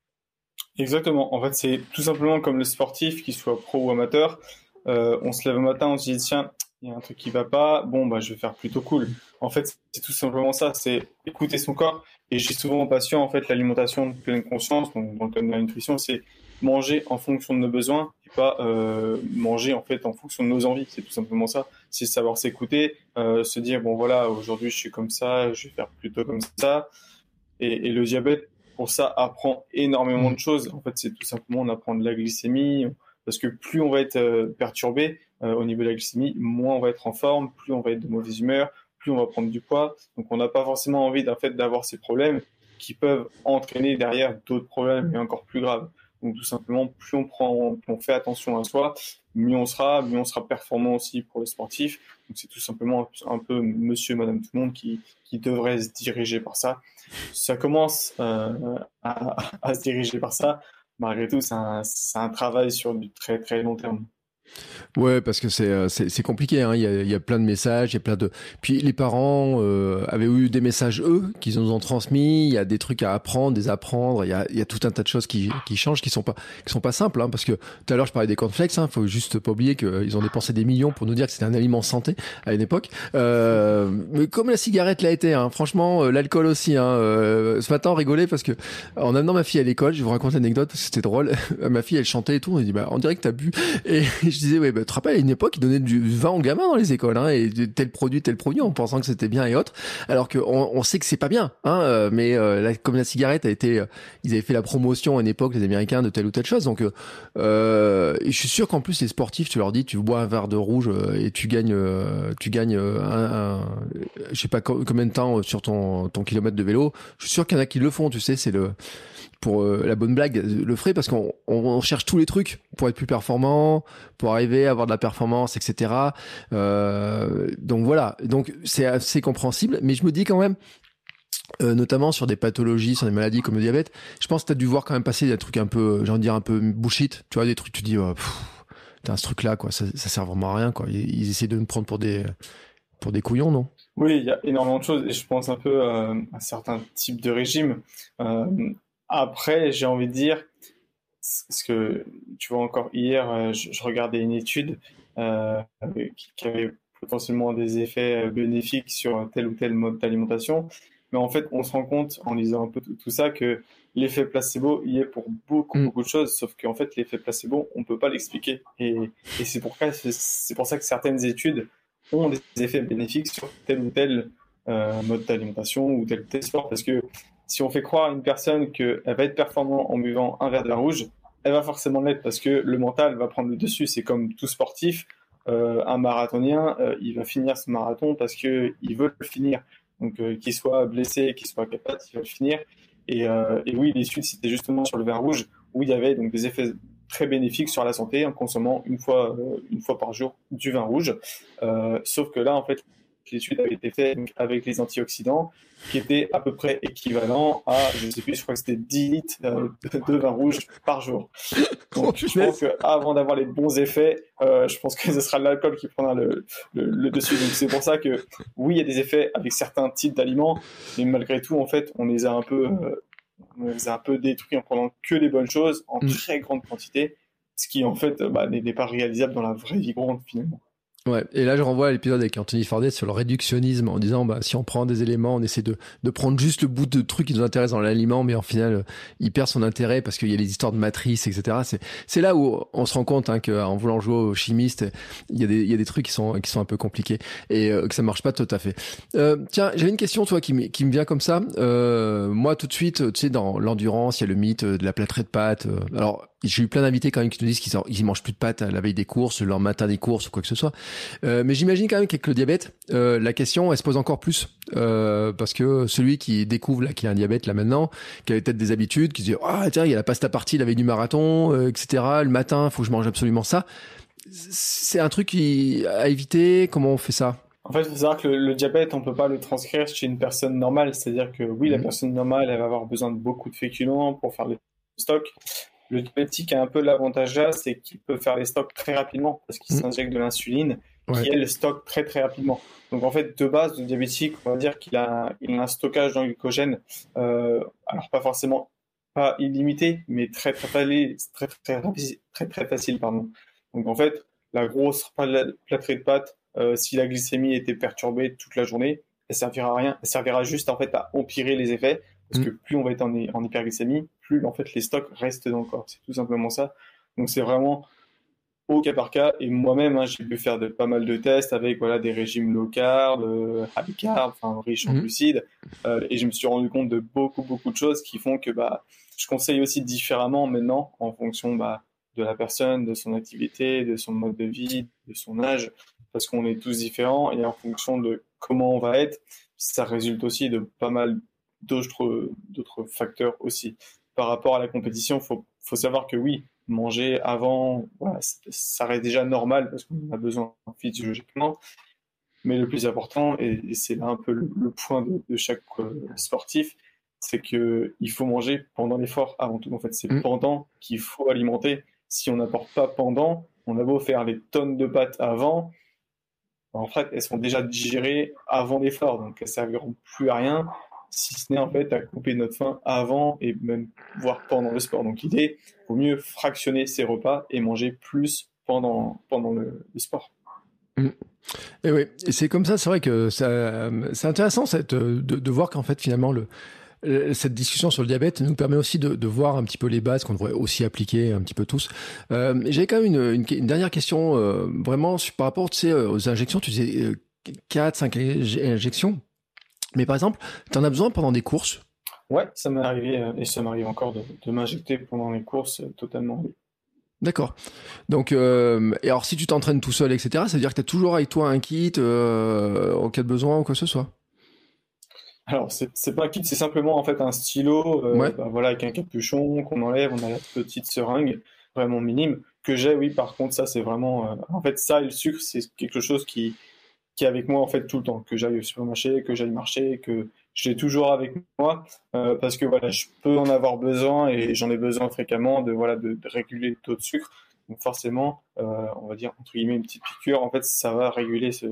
B: Exactement. En fait, c'est tout simplement comme le sportif, qu'il soit pro ou amateur. Euh, on se lève le matin, on se dit, tiens, il y a un truc qui va pas. Bon, bah, je vais faire plutôt cool. En fait, c'est tout simplement ça. C'est écouter son corps. Et je dis souvent aux patients, en fait, l'alimentation de pleine conscience, donc dans le cadre de la nutrition, c'est manger en fonction de nos besoins et pas euh, manger, en fait, en fonction de nos envies. C'est tout simplement ça. C'est savoir s'écouter, euh, se dire, bon, voilà, aujourd'hui, je suis comme ça, je vais faire plutôt comme ça. Et, et le diabète, pour ça, apprend énormément
A: Mmh.
B: de choses. En fait, c'est tout simplement, on apprend de la glycémie, parce que plus on va être euh, perturbé euh, au niveau de la glycémie, moins on va être en forme, plus on va être de mauvaise humeur, plus on va prendre du poids. Donc, on n'a pas forcément envie, en fait, d'avoir ces problèmes qui peuvent entraîner derrière d'autres problèmes et encore plus graves. Donc, tout simplement, plus on prend, plus on fait attention à soi, mieux on sera, mieux on sera performant aussi pour les sportifs. Donc, c'est tout simplement un peu monsieur, madame, tout le monde qui, qui devrait se diriger par ça. Ça commence euh, à, à se diriger par ça. Malgré tout, c'est un, c'est un travail sur du très très long terme.
A: Ouais, parce que c'est euh, c'est c'est compliqué. Hein. Il y a il y a plein de messages, il y a plein de. Puis les parents euh, avaient eu des messages eux qu'ils nous ont transmis. Il y a des trucs à apprendre, des apprendre. Il y a il y a tout un tas de choses qui qui changent, qui sont pas qui sont pas simples. Hein, parce que tout à l'heure je parlais des cornflakes. Hein, faut juste pas oublier qu'ils ont dépensé des millions pour nous dire que c'était un aliment santé à une époque. Euh, mais comme la cigarette l'a été. Hein, franchement, euh, l'alcool aussi. Hein, euh, ce matin on rigolait parce que en amenant ma fille à l'école, je vais vous raconter l'anecdote parce que c'était drôle. Ma fille elle chantait et tout. On dit bah on dirait que t'as bu. Et je disais ouais. Bah, tu te rappelles, à une époque, ils donnaient du vin aux gamins dans les écoles, hein, et tel produit, tel produit, en pensant que c'était bien et autres. Alors qu'on on sait que c'est pas bien, hein, euh, mais euh, la, comme la cigarette a été, euh, ils avaient fait la promotion à une époque, les Américains, de telle ou telle chose. Donc, euh, et je suis sûr qu'en plus les sportifs, tu leur dis, tu bois un verre de rouge euh, et tu gagnes, euh, tu gagnes euh, un, un, je sais pas combien de temps sur ton ton kilomètre de vélo. Je suis sûr qu'il y en a qui le font, tu sais, c'est le pour euh, la bonne blague, le ferait parce qu'on on, on cherche tous les trucs pour être plus performant, pour arriver à avoir de la performance, et cetera. Euh, donc voilà, donc c'est assez compréhensible, mais je me dis quand même, euh, notamment sur des pathologies, sur des maladies comme le diabète, je pense que t'as dû voir quand même passer des trucs un peu, j'ai envie de dire un peu bullshit, tu vois, des trucs tu dis, oh, pff, t'as ce truc là quoi, ça, ça sert vraiment à rien quoi. Ils, ils essaient de nous prendre pour des pour des couillons, non?
B: Oui, il y a énormément de choses et je pense un peu euh, à certains types de régimes. Euh, Après, j'ai envie de dire, parce que tu vois, encore hier, euh, je, je regardais une étude euh, qui, qui avait potentiellement des effets euh, bénéfiques sur tel ou tel mode d'alimentation. Mais en fait, on se rend compte en lisant un peu tout, tout ça que l'effet placebo y est pour beaucoup,
A: Mm.
B: beaucoup de choses. Sauf qu'en fait, l'effet placebo, on peut pas l'expliquer. Et, et c'est pour, ça- c'est c'est pour ça que certaines études ont des effets bénéfiques sur tel ou tel euh, mode d'alimentation ou tel ou tel sport. Parce que si on fait croire à une personne qu'elle va être performante en buvant un verre de vin rouge, elle va forcément l'être parce que le mental va prendre le dessus. C'est comme tout sportif, euh, un marathonien, euh, il va finir ce marathon parce que il veut le finir. Donc euh, qu'il soit blessé, qu'il soit capable, il va le finir. Et, euh, et oui, l'étude c'était justement sur le vin rouge où il y avait donc des effets très bénéfiques sur la santé en consommant une fois euh, une fois par jour du vin rouge. Euh, sauf que là en fait l'étude avait été faite donc, avec les antioxydants qui était à peu près équivalent à, je ne sais plus, je crois que c'était dix litres euh, de, de vin rouge par jour.
A: Oh,
B: Donc, je pense
A: punaise.
B: qu'avant d'avoir les bons effets, euh, je pense que ce sera l'alcool qui prendra le, le, le dessus. Donc, c'est pour ça que, oui, il y a des effets avec certains types d'aliments, mais malgré tout, en fait, on les a un peu, euh, on les a un peu détruits en prenant que les bonnes choses en
A: Mm.
B: très grande quantité, ce qui, en fait, bah, n'est n'est pas réalisable dans la vraie vie courante, finalement.
A: Ouais, et là je renvoie à l'épisode avec Anthony Fordet sur le réductionnisme en disant bah si on prend des éléments, on essaie de de prendre juste le bout de trucs qui nous intéressent dans l'aliment, mais en final euh, il perd son intérêt parce qu'il y a les histoires de matrices, et cetera. C'est c'est là où on se rend compte hein, qu'en voulant jouer aux chimistes, il y a des il y a des trucs qui sont qui sont un peu compliqués et euh, que ça marche pas tout à fait. Euh, tiens, j'avais une question toi qui me qui me vient comme ça. Euh, moi tout de suite, tu sais dans l'endurance, il y a le mythe de la plâtrée de pâtes. Euh, alors j'ai eu plein d'invités quand même qui nous disent qu'ils en- ils mangent plus de pâtes à la veille des courses, le lendemain des courses ou quoi que ce soit. Euh, mais j'imagine quand même qu'avec le diabète, euh, la question, elle se pose encore plus. Euh, parce que celui qui découvre là, qu'il a un diabète là maintenant, qui avait peut-être des habitudes, qui se dit ah tiens il y a la pasta partie la veille du marathon, euh, et cetera. Le matin, il faut que je mange absolument ça. C'est un truc qui, à éviter. Comment on fait ça?
B: En fait, il faut savoir que le, le diabète, on peut pas le transcrire chez une personne normale. C'est-à-dire que oui, la
A: Mhm.
B: personne normale, elle va avoir besoin de beaucoup de féculents pour faire le stock. Le diabétique a un peu l'avantage là, c'est qu'il peut faire les stocks très rapidement parce qu'il
A: Mhm.
B: s'injecte de l'insuline
A: Ouais.
B: qui, elle, stocke très très rapidement. Donc en fait, de base, le diabétique, on va dire qu'il a, il a un stockage dans le glycogène, euh, alors pas forcément pas illimité, mais très très facile, très très très, très, très facile, pardon. Donc en fait, la grosse plâtrée de pâtes, euh, si la glycémie était perturbée toute la journée, elle servira à rien, elle servira juste en fait à empirer les effets parce que
A: Mhm.
B: plus on va être en, en hyperglycémie, plus en fait les stocks restent dans le corps. C'est tout simplement ça. Donc c'est vraiment au cas par cas. Et moi-même, hein, j'ai pu faire de, pas mal de tests avec voilà des régimes low carb, euh, high carb, enfin riches en
A: Mhm.
B: glucides. Euh, et je me suis rendu compte de beaucoup beaucoup de choses qui font que bah je conseille aussi différemment maintenant en fonction bah de la personne, de son activité, de son mode de vie, de son âge, parce qu'on est tous différents et en fonction de comment on va être, ça résulte aussi de pas mal d'autres d'autres facteurs aussi. Par rapport à la compétition, faut faut savoir que oui, manger avant, voilà, ça reste déjà normal parce qu'on a besoin physiologiquement. Mais le plus important, et, et c'est là un peu le, le point de, de chaque euh, sportif, c'est que il faut manger pendant l'effort avant tout. En fait, c'est
A: Mhm.
B: pendant qu'il faut alimenter. Si on n'apporte pas pendant, on a beau faire les tonnes de pâtes avant, en fait, elles sont déjà digérées avant l'effort, donc elles serviront plus à rien, si ce n'est en fait à couper notre faim avant et même voire pendant le sport. Donc l'idée, il vaut mieux fractionner ses repas et manger plus pendant, pendant le, le sport.
A: Mhm. Et oui, et c'est comme ça, c'est vrai que ça, c'est intéressant cette, de, de voir qu'en fait finalement le, le- cette discussion sur le diabète nous permet aussi de, de voir un petit peu les bases qu'on devrait aussi appliquer un petit peu tous. Euh, j'avais quand même une, une, une dernière question euh, vraiment sur- par rapport tu sais, aux injections, tu disais euh, quatre cinq injections, mais par exemple, tu en as besoin pendant des courses.
B: Ouais, ça m'est arrivé euh, et ça m'arrive encore de, de m'injecter pendant les courses euh, totalement.
A: D'accord. Donc, euh, et alors si tu t'entraînes tout seul, et cetera, ça veut dire que tu as toujours avec toi un kit euh, en cas de besoin ou quoi que ce soit.
B: Alors, c'est c'est pas un kit, c'est simplement en fait un stylo, euh,
A: Ouais.
B: bah, voilà, avec un capuchon qu'on enlève. On a la petite seringue, vraiment minime, que j'ai. Oui, par contre, ça, c'est vraiment. euh, en fait, ça et le sucre, c'est quelque chose qui, qui est avec moi en fait tout le temps. Que j'aille au supermarché, que j'aille marcher, que j'ai toujours avec moi, euh, parce que voilà, je peux en avoir besoin et j'en ai besoin fréquemment de voilà de, de réguler le taux de sucre. Donc forcément, euh, on va dire entre guillemets une petite piqûre. En fait, ça va réguler ce,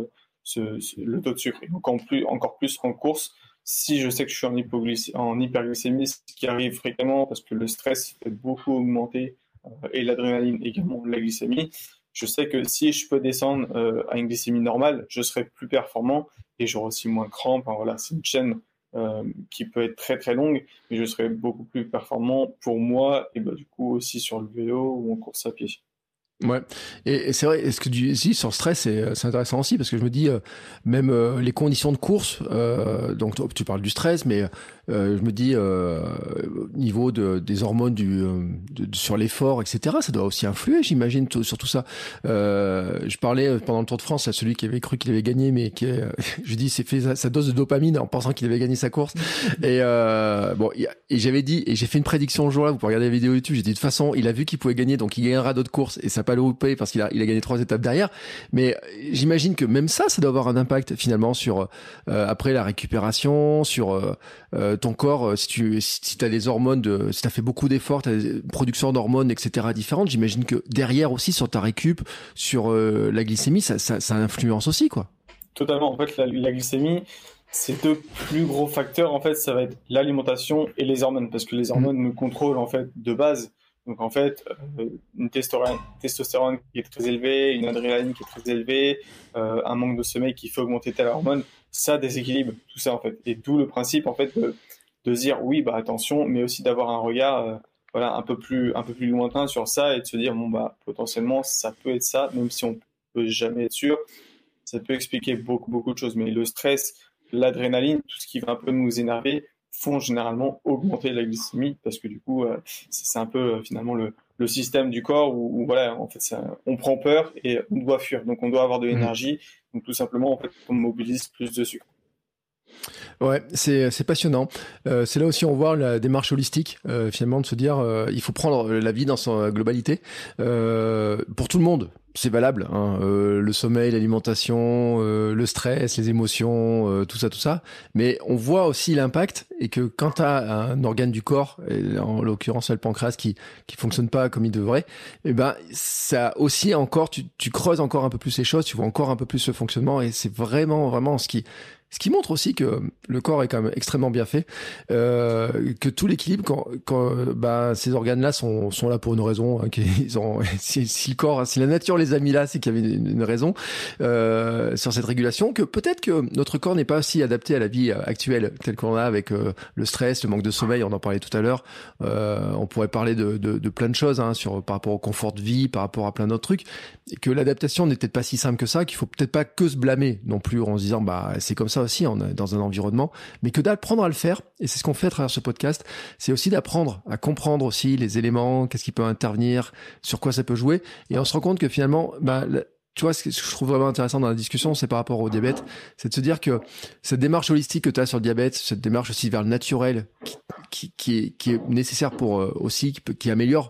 B: ce, ce, le taux de sucre. Et encore plus, encore plus en course, si je sais que je suis en, hypoglycé- en hyperglycémie, ce qui arrive fréquemment parce que le stress fait beaucoup augmenter euh, et l'adrénaline également, la glycémie, je sais que si je peux descendre euh, à une glycémie normale, je serai plus performant et j'aurai aussi moins de crampes. Enfin, voilà, c'est une chaîne euh, qui peut être très très longue, mais je serai beaucoup plus performant pour moi et bah, du coup aussi sur le vélo ou en course à pied.
A: Ouais, et, et c'est vrai, ce que tu dis sur le stress, c'est, c'est intéressant aussi, parce que je me dis, euh, même euh, les conditions de course, euh, donc tu parles du stress, mais euh, je me dis, euh, au niveau de, des hormones du, de, de, sur l'effort, et cetera, ça doit aussi influer, j'imagine, t- sur tout ça. Euh, je parlais pendant le Tour de France à celui qui avait cru qu'il avait gagné, mais qui, euh, je dis, s'est fait sa, sa dose de dopamine en pensant qu'il avait gagné sa course. Et euh, bon, et, et j'avais dit, et j'ai fait une prédiction le jour-là, vous pouvez regarder la vidéo YouTube, j'ai dit, de toute façon, il a vu qu'il pouvait gagner, donc il gagnera d'autres courses, et ça pas le louper parce qu'il a, il a gagné trois étapes derrière. Mais j'imagine que même ça, ça doit avoir un impact finalement sur euh, après la récupération, sur euh, ton corps. Si tu si, si t'as des hormones, de, si t'as fait beaucoup d'efforts, t'as des productions d'hormones, et cetera différentes. J'imagine que derrière aussi sur ta récup, sur euh, la glycémie, ça, ça, ça influence aussi quoi.
B: Totalement. En fait, la, la glycémie, ces deux plus gros facteurs, en fait, ça va être l'alimentation et les hormones, parce que les hormones mmh. nous contrôlent en fait de base. Donc en fait, euh, une testostérone, testostérone qui est très élevée, une adrénaline qui est très élevée, euh, un manque de sommeil qui fait augmenter telle hormone, ça déséquilibre tout ça en fait. Et d'où le principe en fait de, de se dire oui bah attention, mais aussi d'avoir un regard euh, voilà un peu plus un peu plus lointain sur ça et de se dire bon bah potentiellement ça peut être ça, même si on peut jamais être sûr. Ça peut expliquer beaucoup beaucoup de choses, mais le stress, l'adrénaline, tout ce qui va un peu nous énerver font généralement augmenter la glycémie parce que du coup euh, c'est un peu euh, finalement le, le système du corps où, où voilà en fait ça, on prend peur et on doit fuir, donc on doit avoir de l'énergie, mmh. donc tout simplement en fait on mobilise plus de sucre.
A: Ouais, c'est c'est passionnant. Euh, c'est là aussi on voit la démarche holistique, euh, finalement, de se dire euh, il faut prendre la vie dans sa globalité euh, pour tout le monde. C'est valable, hein, euh, le sommeil, l'alimentation, euh, le stress, les émotions, euh, tout ça, tout ça. Mais on voit aussi l'impact et que quand tu as un organe du corps, et en l'occurrence le pancréas qui qui fonctionne pas comme il devrait, et ben ça aussi encore, tu, tu creuses encore un peu plus les choses, tu vois encore un peu plus ce fonctionnement et c'est vraiment vraiment ce qui Ce qui montre aussi que le corps est quand même extrêmement bien fait, euh, que tout l'équilibre, quand, quand bah, ces organes-là sont, sont là pour une raison, hein, qu'ils ont, si, si le corps, si la nature les a mis là, c'est qu'il y avait une, une raison euh, sur cette régulation, que peut-être que notre corps n'est pas aussi adapté à la vie actuelle telle qu'on a avec euh, le stress, le manque de sommeil, on en parlait tout à l'heure. Euh, on pourrait parler de, de, de plein de choses hein, sur par rapport au confort de vie, par rapport à plein d'autres trucs, et que l'adaptation n'est peut-être pas si simple que ça, qu'il faut peut-être pas que se blâmer non plus en se disant bah c'est comme ça aussi on est dans un environnement, mais que d'apprendre à le faire, et c'est ce qu'on fait à travers ce podcast, c'est aussi d'apprendre à comprendre aussi les éléments, qu'est-ce qui peut intervenir, sur quoi ça peut jouer, et on se rend compte que finalement, bah, tu vois, ce que je trouve vraiment intéressant dans la discussion, c'est par rapport au diabète, c'est de se dire que cette démarche holistique que tu as sur le diabète, cette démarche aussi vers le naturel, qui, qui, qui, est, qui est nécessaire pour euh, aussi, qui, peut, qui améliore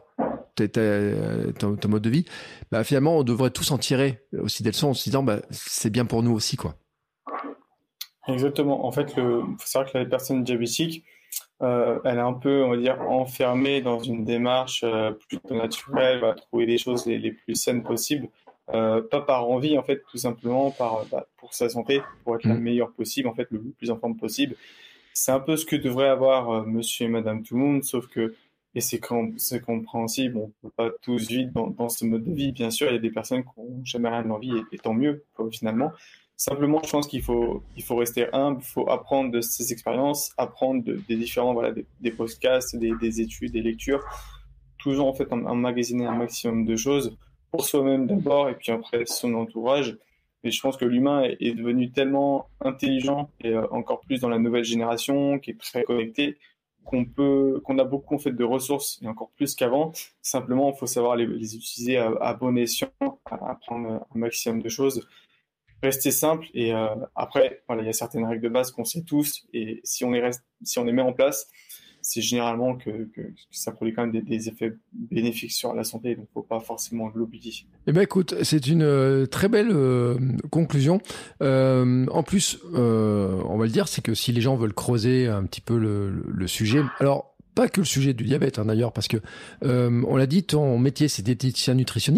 A: ton, ton mode de vie, bah, finalement, on devrait tous en tirer aussi des leçons en se disant, bah, c'est bien pour nous aussi, quoi.
B: Exactement. En fait, le, faut savoir que la personne diabétique, euh, elle est un peu, on va dire, enfermée dans une démarche euh, plutôt naturelle, elle va trouver les choses les, les plus saines possibles, euh, pas par envie, en fait, tout simplement par, bah, pour sa santé, pour être mmh. la meilleure possible, en fait, le plus en forme possible. C'est un peu ce que devrait avoir euh, monsieur et madame tout le monde, sauf que, et c'est, c'est compréhensible, on peut pas tous vivre dans, dans ce mode de vie, bien sûr, il y a des personnes qui n'ont jamais rien de l'envie, et, et tant mieux, quoi, finalement. Simplement, je pense qu'il faut, il faut rester humble, il faut apprendre de ses expériences, apprendre de, des différents, voilà, des, des podcasts, des, des études, des lectures. Toujours, en fait, emmagasiner un maximum de choses pour soi-même d'abord et puis après son entourage. Et je pense que l'humain est, est devenu tellement intelligent et euh, encore plus dans la nouvelle génération qui est très connectée qu'on peut, qu'on a beaucoup, en fait, de ressources et encore plus qu'avant. Simplement, il faut savoir les, les utiliser à, à bon escient, à apprendre un maximum de choses. Rester simple et euh, après voilà il y a certaines règles de base qu'on sait tous et si on les reste si on les met en place c'est généralement que, que, que ça produit quand même des, des effets bénéfiques sur la santé, donc faut pas forcément l'oublier.
A: Eh ben écoute, c'est une euh, très belle euh, conclusion. Euh, en plus, euh, on va le dire, c'est que si les gens veulent creuser un petit peu le, le, le sujet, alors pas que le sujet du diabète hein, d'ailleurs, parce que euh, on l'a dit, ton métier c'est diététicien nutritionniste.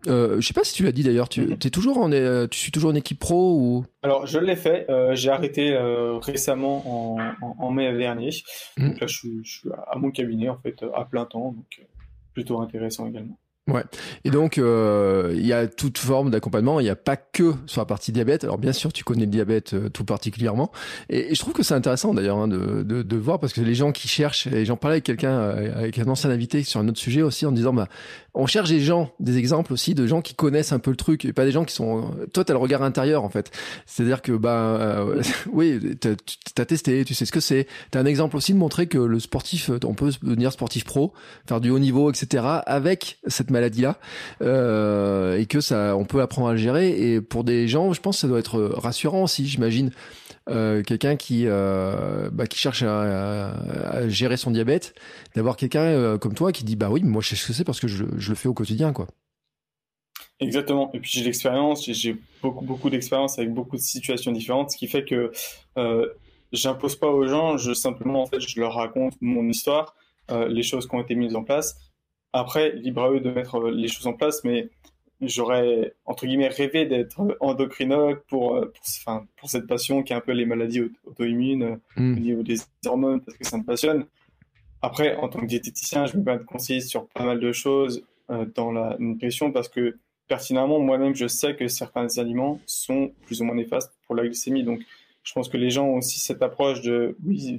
A: Euh, je sais pas si tu l'as dit d'ailleurs, tu
B: Mhm.
A: t'es toujours en, euh, tu suis toujours en équipe pro ou?
B: Alors, je l'ai fait. Euh, j'ai arrêté euh, récemment en, en, en mai dernier.
A: Hmm.
B: Donc là, je suis, je suis à mon cabinet, en fait, à plein temps. Donc, euh, plutôt intéressant également.
A: Ouais. Et donc, euh, il y a toute forme d'accompagnement. Il n'y a pas que sur la partie diabète. Alors, bien sûr, tu connais le diabète euh, tout particulièrement. Et, et je trouve que c'est intéressant d'ailleurs hein, de, de, de voir parce que les gens qui cherchent, et j'en parlais avec quelqu'un, euh, avec un ancien invité sur un autre sujet aussi, en disant, bah, on cherche des gens, des exemples aussi de gens qui connaissent un peu le truc et pas des gens qui sont. Toi, t'as le regard intérieur en fait. C'est-à-dire que, bah, euh, oui, t'as, t'as testé, tu sais ce que c'est. T'as un exemple aussi de montrer que le sportif, on peut devenir sportif pro, faire du haut niveau, et cetera. Avec cette maladie-là, euh, et que ça, on peut apprendre à le gérer. Et pour des gens, je pense que ça doit être rassurant aussi, j'imagine. Euh, quelqu'un qui euh, bah, qui cherche à, à, à gérer son diabète, d'avoir quelqu'un euh, comme toi qui dit bah oui, moi je sais ce que c'est parce que je, je le fais au quotidien, quoi.
B: Exactement. Et puis, j'ai l'expérience. J'ai j'ai beaucoup, beaucoup d'expérience avec beaucoup de situations différentes, ce qui fait que euh, j'impose pas aux gens. Je simplement, en fait, je leur raconte mon histoire, euh, les choses qui ont été mises en place. Après, libre à eux de mettre euh, les choses en place, mais j'aurais, entre guillemets, rêvé d'être endocrinologue pour, euh, pour, enfin, pour cette passion qui est un peu les maladies auto- auto-immunes euh, au
A: Mm.
B: niveau des hormones, parce que ça me passionne. Après, en tant que diététicien, je me permets de conseiller sur pas mal de choses euh, dans la nutrition, parce que pertinemment, moi-même, je sais que certains aliments sont plus ou moins néfastes pour la glycémie. Donc, je pense que les gens ont aussi cette approche de, oui,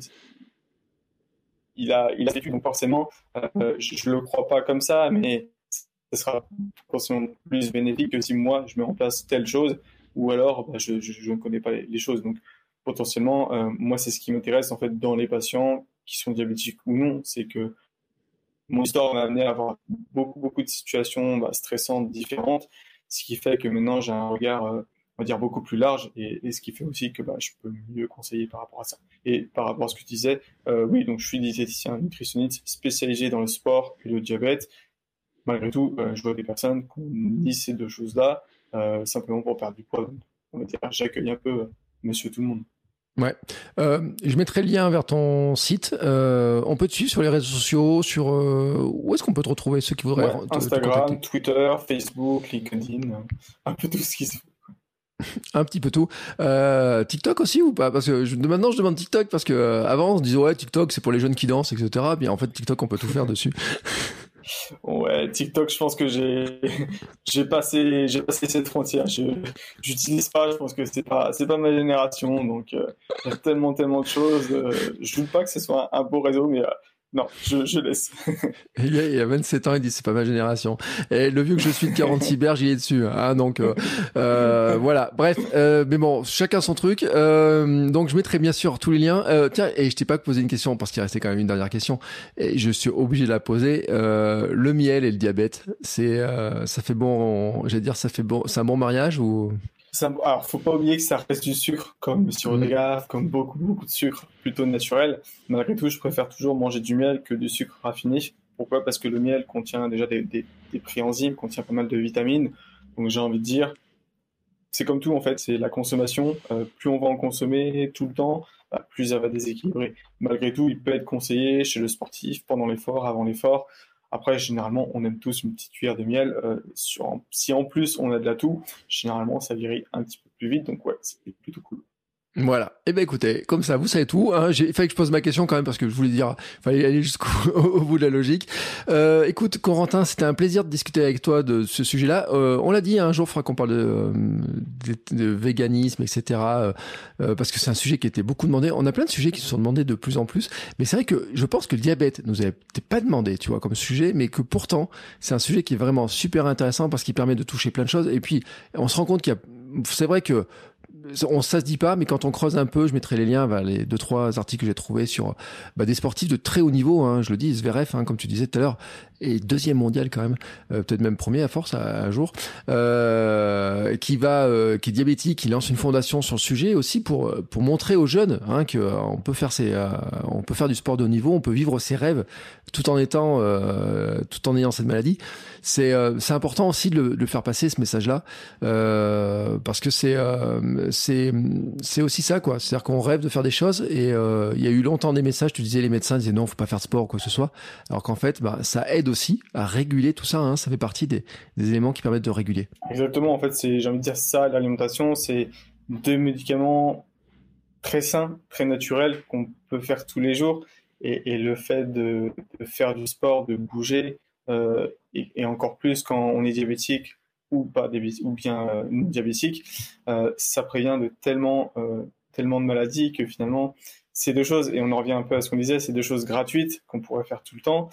B: il a, il a vécu, donc forcément, euh, je ne le crois pas comme ça, mais ce sera forcément plus bénéfique que si moi, je mets en place telle chose, ou alors bah, je, je, je ne connais pas les, les choses. Donc, potentiellement, euh, moi, c'est ce qui m'intéresse en fait dans les patients qui sont diabétiques ou non, c'est que mon histoire m'a amené à avoir beaucoup, beaucoup de situations bah, stressantes, différentes, ce qui fait que maintenant, j'ai un regard, euh, on va dire, beaucoup plus large, et, et ce qui fait aussi que bah, je peux mieux conseiller par rapport à ça. Et par rapport à ce que tu disais, euh, oui, donc je suis diététicien nutritionniste spécialisé dans le sport et le diabète. Malgré tout, euh, je vois des personnes qui ont ces deux choses-là, euh, simplement pour perdre du poids. Donc, on va dire, j'accueille un peu euh, monsieur tout le monde.
A: Ouais. Euh, je mettrai le lien vers ton site. Euh, on peut te suivre sur les réseaux sociaux, sur euh, où est-ce qu'on peut te retrouver ceux qui voudraient
B: Ouais,
A: re- te, te contacter?
B: Instagram, Twitter, Facebook, LinkedIn, euh, un peu tout ce qui se fait.
A: Un petit peu tout. Euh, TikTok aussi ou pas? Parce que je, maintenant je demande TikTok parce que euh, avant on se disait ouais TikTok c'est pour les jeunes qui dansent et cetera. Bien en fait TikTok on peut tout faire dessus.
B: Ouais, TikTok, je pense que j'ai j'ai passé j'ai passé cette frontière. Je j'utilise pas. Je pense que c'est pas c'est pas ma génération. Donc euh, il y a tellement tellement de choses. Euh, je doute pas que ce soit un, un beau réseau, mais euh, non, je, je laisse.
A: Et il y a, il y a vingt-sept ans il dit c'est pas ma génération. Et le vieux que je suis de quarante-six berges il est dessus. Hein, donc euh, euh, voilà. Bref, euh, mais bon chacun son truc. Euh, donc je mettrai bien sûr tous les liens. Euh, tiens et je t'ai pas posé une question parce qu'il restait quand même une dernière question et je suis obligé de la poser. Euh, le miel et le diabète, c'est euh, ça fait bon. J'allais dire ça fait bon. C'est un bon mariage ou?
B: Ça, alors, faut pas oublier que ça reste du sucre, comme le sirop
A: Mm.
B: d'agave, comme beaucoup, beaucoup de sucre plutôt naturel. Malgré tout, je préfère toujours manger du miel que du sucre raffiné. Pourquoi? Parce que le miel contient déjà des, des, des préenzymes, contient pas mal de vitamines. Donc, j'ai envie de dire, c'est comme tout en fait, c'est la consommation. Euh, plus on va en consommer tout le temps, bah, plus ça va déséquilibrer. Malgré tout, il peut être conseillé chez le sportif, pendant l'effort, avant l'effort. Après, généralement, on aime tous une petite cuillère de miel. Euh, sur, si en plus on a de l'atout, généralement ça guérit un petit peu plus vite. Donc ouais, c'est plutôt cool.
A: Voilà. Eh ben écoutez, comme ça, vous savez tout. Hein. J'ai il fallait que je pose ma question quand même parce que je voulais dire, fallait aller jusqu'au au bout de la logique. Euh, écoute, Corentin, c'était un plaisir de discuter avec toi de ce sujet-là. Euh, on l'a dit, un jour, il faudra qu'on parle de, euh, de, de véganisme, et cetera. Euh, euh, parce que c'est un sujet qui était beaucoup demandé. On a plein de sujets qui se sont demandés de plus en plus. Mais c'est vrai que je pense que le diabète nous avait peut-être pas demandé, tu vois, comme sujet, mais que pourtant, c'est un sujet qui est vraiment super intéressant parce qu'il permet de toucher plein de choses. Et puis, on se rend compte qu'il y a, c'est vrai que on, ça se dit pas, mais quand on creuse un peu, je mettrai les liens vers les deux trois articles que j'ai trouvés sur bah, des sportifs de très haut niveau. Hein, je le dis, Zverev, hein, comme tu disais tout à l'heure, est deuxième mondial quand même, euh, peut-être même premier à force à, à un jour, euh, qui va, euh, qui est diabétique, qui lance une fondation sur le sujet aussi pour pour montrer aux jeunes hein, que euh, on peut faire ses, euh, on peut faire du sport de haut niveau, on peut vivre ses rêves tout en étant, euh, tout en ayant cette maladie. C'est euh, c'est important aussi de le, de le faire passer ce message-là euh, parce que c'est euh, c'est, c'est aussi ça, quoi. C'est-à-dire qu'on rêve de faire des choses et euh, il y a eu longtemps des messages, tu disais, les médecins disaient non, faut pas faire de sport ou quoi que ce soit. Alors qu'en fait, bah, ça aide aussi à réguler tout ça, hein. Ça fait partie des, des éléments qui permettent de réguler.
B: Exactement, en fait, c'est, j'ai envie de dire ça, l'alimentation, c'est deux médicaments très sains, très naturels qu'on peut faire tous les jours. Et, et le fait de, de faire du sport, de bouger, euh, et, et encore plus quand on est diabétique ou pas ou bien euh, diabétique, euh, ça prévient de tellement, euh, tellement de maladies que finalement, c'est deux choses, et on en revient un peu à ce qu'on disait, c'est deux choses gratuites qu'on pourrait faire tout le temps.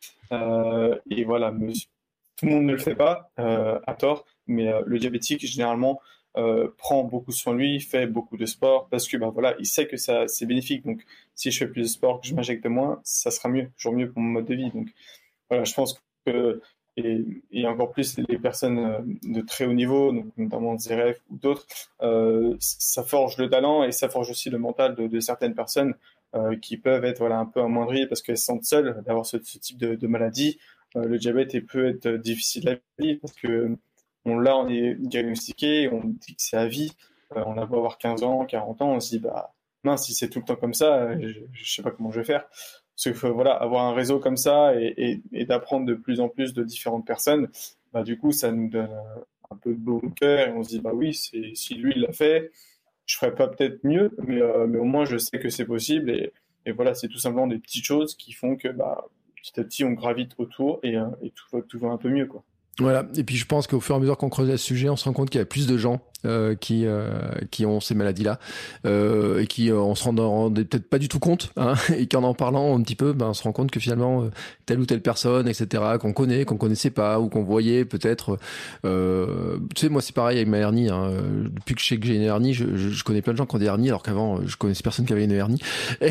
B: Euh, et voilà, monsieur, tout le monde ne le fait pas, euh, à tort, mais euh, le diabétique, généralement, Euh, prend beaucoup soin de lui, fait beaucoup de sport parce que ben voilà, il sait que ça c'est bénéfique. Donc si je fais plus de sport, que je m'injecte moins, ça sera mieux, toujours mieux pour mon mode de vie. Donc voilà, je pense que et, et encore plus les personnes de très haut niveau, donc notamment Zverev ou d'autres, euh, ça forge le talent et ça forge aussi le mental de, de certaines personnes euh, qui peuvent être voilà un peu amoindries parce qu'elles se sentent seules d'avoir ce, ce type de, de maladie. Euh, le diabète est, peut être difficile à vivre parce que on, là, on est diagnostiqué, on dit que c'est à vie. Euh, on a beau avoir quinze ans, quarante ans, on se dit, bah, mince, si c'est tout le temps comme ça, je, je sais pas comment je vais faire. Parce qu'il faut, voilà, avoir un réseau comme ça et, et, et d'apprendre de plus en plus de différentes personnes, bah, du coup, ça nous donne un peu de beau au cœur et on se dit, bah oui, c'est, si lui, il l'a fait, je ferais pas peut-être mieux, mais, euh, mais au moins, je sais que c'est possible. Et, et voilà, c'est tout simplement des petites choses qui font que, bah, petit à petit, on gravite autour et, euh, et tout va, tout va un peu mieux, quoi.
A: Voilà. Et puis je pense qu'au fur et à mesure qu'on creusait ce sujet, on se rend compte qu'il y a plus de gens euh, qui euh, qui ont ces maladies-là euh, et qui euh, on se rendait peut-être pas du tout compte, hein, et qu'en en parlant un petit peu, ben on se rend compte que finalement euh, telle ou telle personne, et cetera, qu'on connaît, qu'on connaissait pas ou qu'on voyait peut-être. Euh, tu sais, moi c'est pareil avec ma hernie. Hein, depuis que je sais que j'ai une hernie, je, je, je connais plein de gens qui ont des hernies, alors qu'avant je connaissais personne qui avait une hernie. Et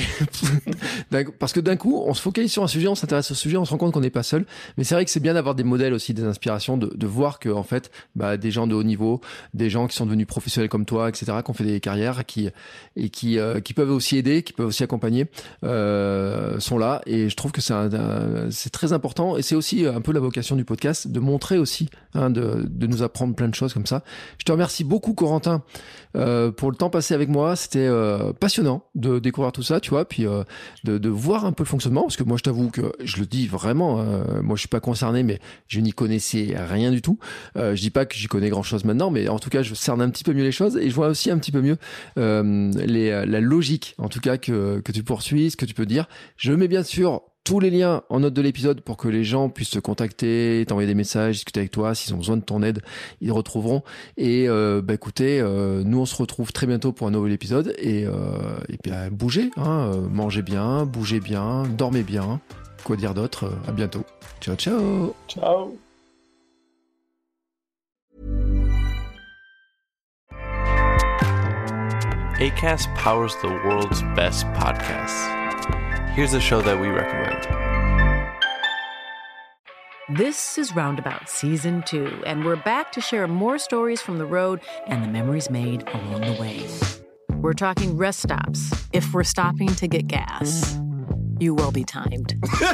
A: parce que d'un coup, on se focalise sur un sujet, on s'intéresse au sujet, on se rend compte qu'on n'est pas seul. Mais c'est vrai que c'est bien d'avoir des modèles aussi, des inspirations, de, de voir que en fait, bah, des gens de haut niveau, des gens qui sont devenus professionnels comme toi, et cetera, qui ont fait des carrières, qui et qui euh, qui peuvent aussi aider, qui peuvent aussi accompagner, euh, sont là. Et je trouve que c'est un, un, c'est très important. Et c'est aussi un peu la vocation du podcast, de montrer aussi, hein, de de nous apprendre plein de choses comme ça. Je te remercie beaucoup, Corentin, euh, pour le temps passé avec moi. C'était euh, passionnant de découvrir tout ça, tu vois, puis euh, de de voir un peu le fonctionnement, parce que moi, je t'avoue que je le dis vraiment, euh, moi, je suis pas concerné, mais je n'y connaissais rien du tout. Euh, je dis pas que j'y connais grand chose maintenant, mais en tout cas, je cerne un petit peu mieux les choses et je vois aussi un petit peu mieux euh, les, la logique, en tout cas, que, que tu poursuis, ce que tu peux dire. Je mets bien sûr tous les liens en note de l'épisode pour que les gens puissent te contacter, t'envoyer des messages, discuter avec toi. S'ils ont besoin de ton aide, ils retrouveront. Et euh, bah écoutez, euh, nous on se retrouve très bientôt pour un nouvel épisode. Et, euh, et puis bah, bougez, hein, euh, mangez bien, bougez bien, dormez bien. Quoi dire d'autre? À bientôt. Ciao, ciao.
B: Ciao.
C: Acast powers the world's best podcasts. Here's a show that we recommend.
D: This is Roundabout Season two, and we're back to share more stories from the road and the memories made along the way. We're talking rest stops. If we're stopping to get gas, you will be timed.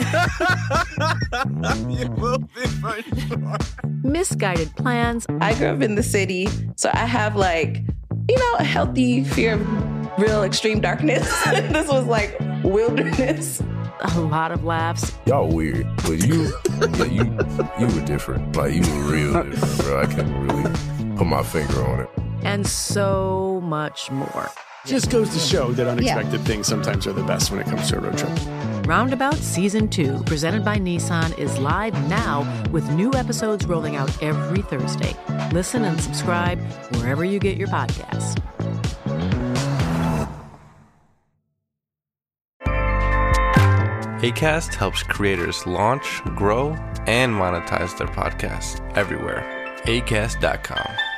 E: You will be for sure.
D: Misguided plans.
F: I grew up in the city, so I have like, you know, a healthy fear of real extreme darkness. This was like wilderness.
D: A lot of laughs.
G: Y'all weird, but you, yeah, you, you were different. Like you were real different, bro. I can't really put my finger on it.
D: And so much more.
E: Just goes to show that unexpected yeah. things sometimes are the best when it comes to a road trip.
D: Roundabout Season two, presented by Nissan, is live now with new episodes rolling out every Thursday. Listen and subscribe wherever you get your podcasts.
C: Acast helps creators launch, grow, and monetize their podcasts everywhere. Acast dot com.